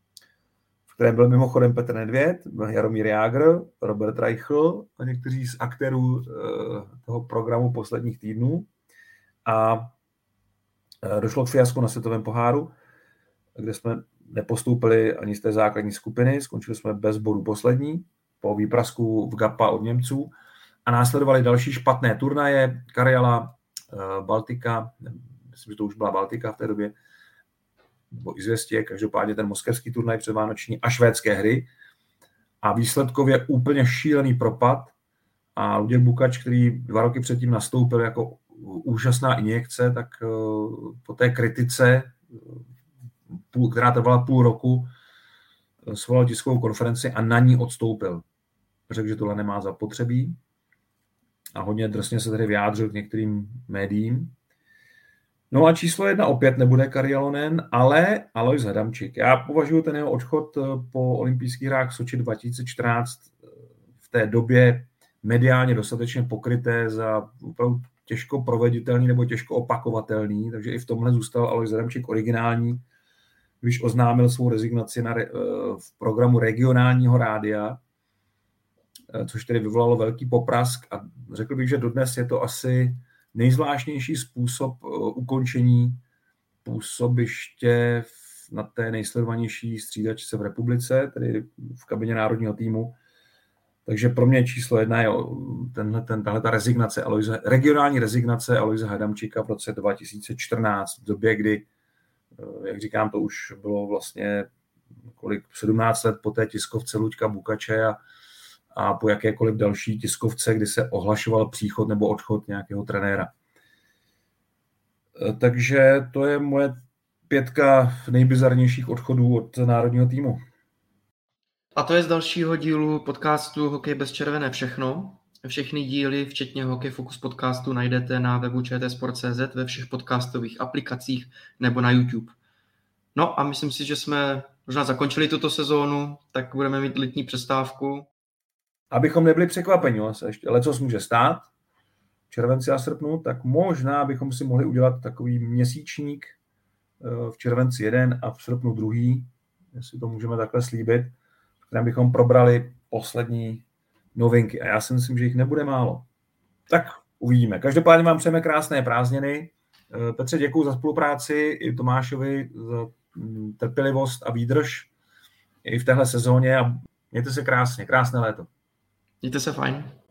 v kterém byl mimochodem Petr Nedvěd, Jaromír Jágr, Robert Reichl a někteří z aktérů toho programu posledních týdnů. A došlo k fiasku na světovém poháru, kde jsme nepostoupili ani z té základní skupiny, skončili jsme bez bodů poslední, po výprasku v Gapa od Němců a následovaly další špatné turnaje, Karjala, Baltika, myslím, že to už byla Baltika v té době, nebo Izvěstě, každopádně ten moskevský turnaj předvánoční a švédské hry a výsledkově úplně šílený propad a Luděk Bukač, který dva roky předtím nastoupil jako úžasná injekce, tak po té kritice, která trvala půl roku, svolal tiskovou konferenci a na ní odstoupil. Řekl, že tohle nemá zapotřebí a hodně drsně se tedy vyjádřil k některým médiím. No a číslo jedna opět nebude Kari Jalonen, ale Alojz Hadamčík. Já považuji ten jeho odchod po olympijských hrách v Soči dva tisíce čtrnáct v té době mediálně dostatečně pokryté za opravdu těžko proveditelný nebo těžko opakovatelný, takže i v tomhle zůstal Alojz Hadamčík originální, když oznámil svou rezignaci na, v programu regionálního rádia, což tedy vyvolalo velký poprask a řekl bych, že dodnes je to asi nejzvláštnější způsob ukončení působiště na té nejsledovanější střídačce v republice, tedy v kabině národního týmu. Takže pro mě číslo jedna je tenhle, ten, tahle ta rezignace, Alojze, regionální rezignace Alojze Hadamčíka v roce dva tisíce čtrnáct, v době, kdy, jak říkám, to už bylo vlastně kolik, sedmnáct let po té tiskovce Luďka Bukače a, a po jakékoliv další tiskovce, kdy se ohlašoval příchod nebo odchod nějakého trenéra. Takže to je moje pětka nejbizarnějších odchodů od národního týmu.
A to je z dalšího dílu podcastu Hokej bez červené všechno. Všechny díly, včetně Hokej Focus podcastu, najdete na webu č t sport tečka cé zet, ve všech podcastových aplikacích nebo na YouTube. No a myslím si, že jsme možná zakončili tuto sezónu, tak budeme mít letní přestávku.
Abychom nebyli překvapeni, se ještě lecos může stát, v červenci a srpnu, tak možná bychom si mohli udělat takový měsíčník v červenci jeden a v srpnu druhý, jestli to můžeme takhle slíbit, v kterém bychom probrali poslední novinky. A já si myslím, že jich nebude málo. Tak uvidíme. Každopádně vám přejeme krásné prázdniny. Petře, děkuju za spolupráci, i Tomášovi za trpělivost a výdrž i v téhle sezóně a mějte se krásně. Krásné léto.
Mějte se fajn.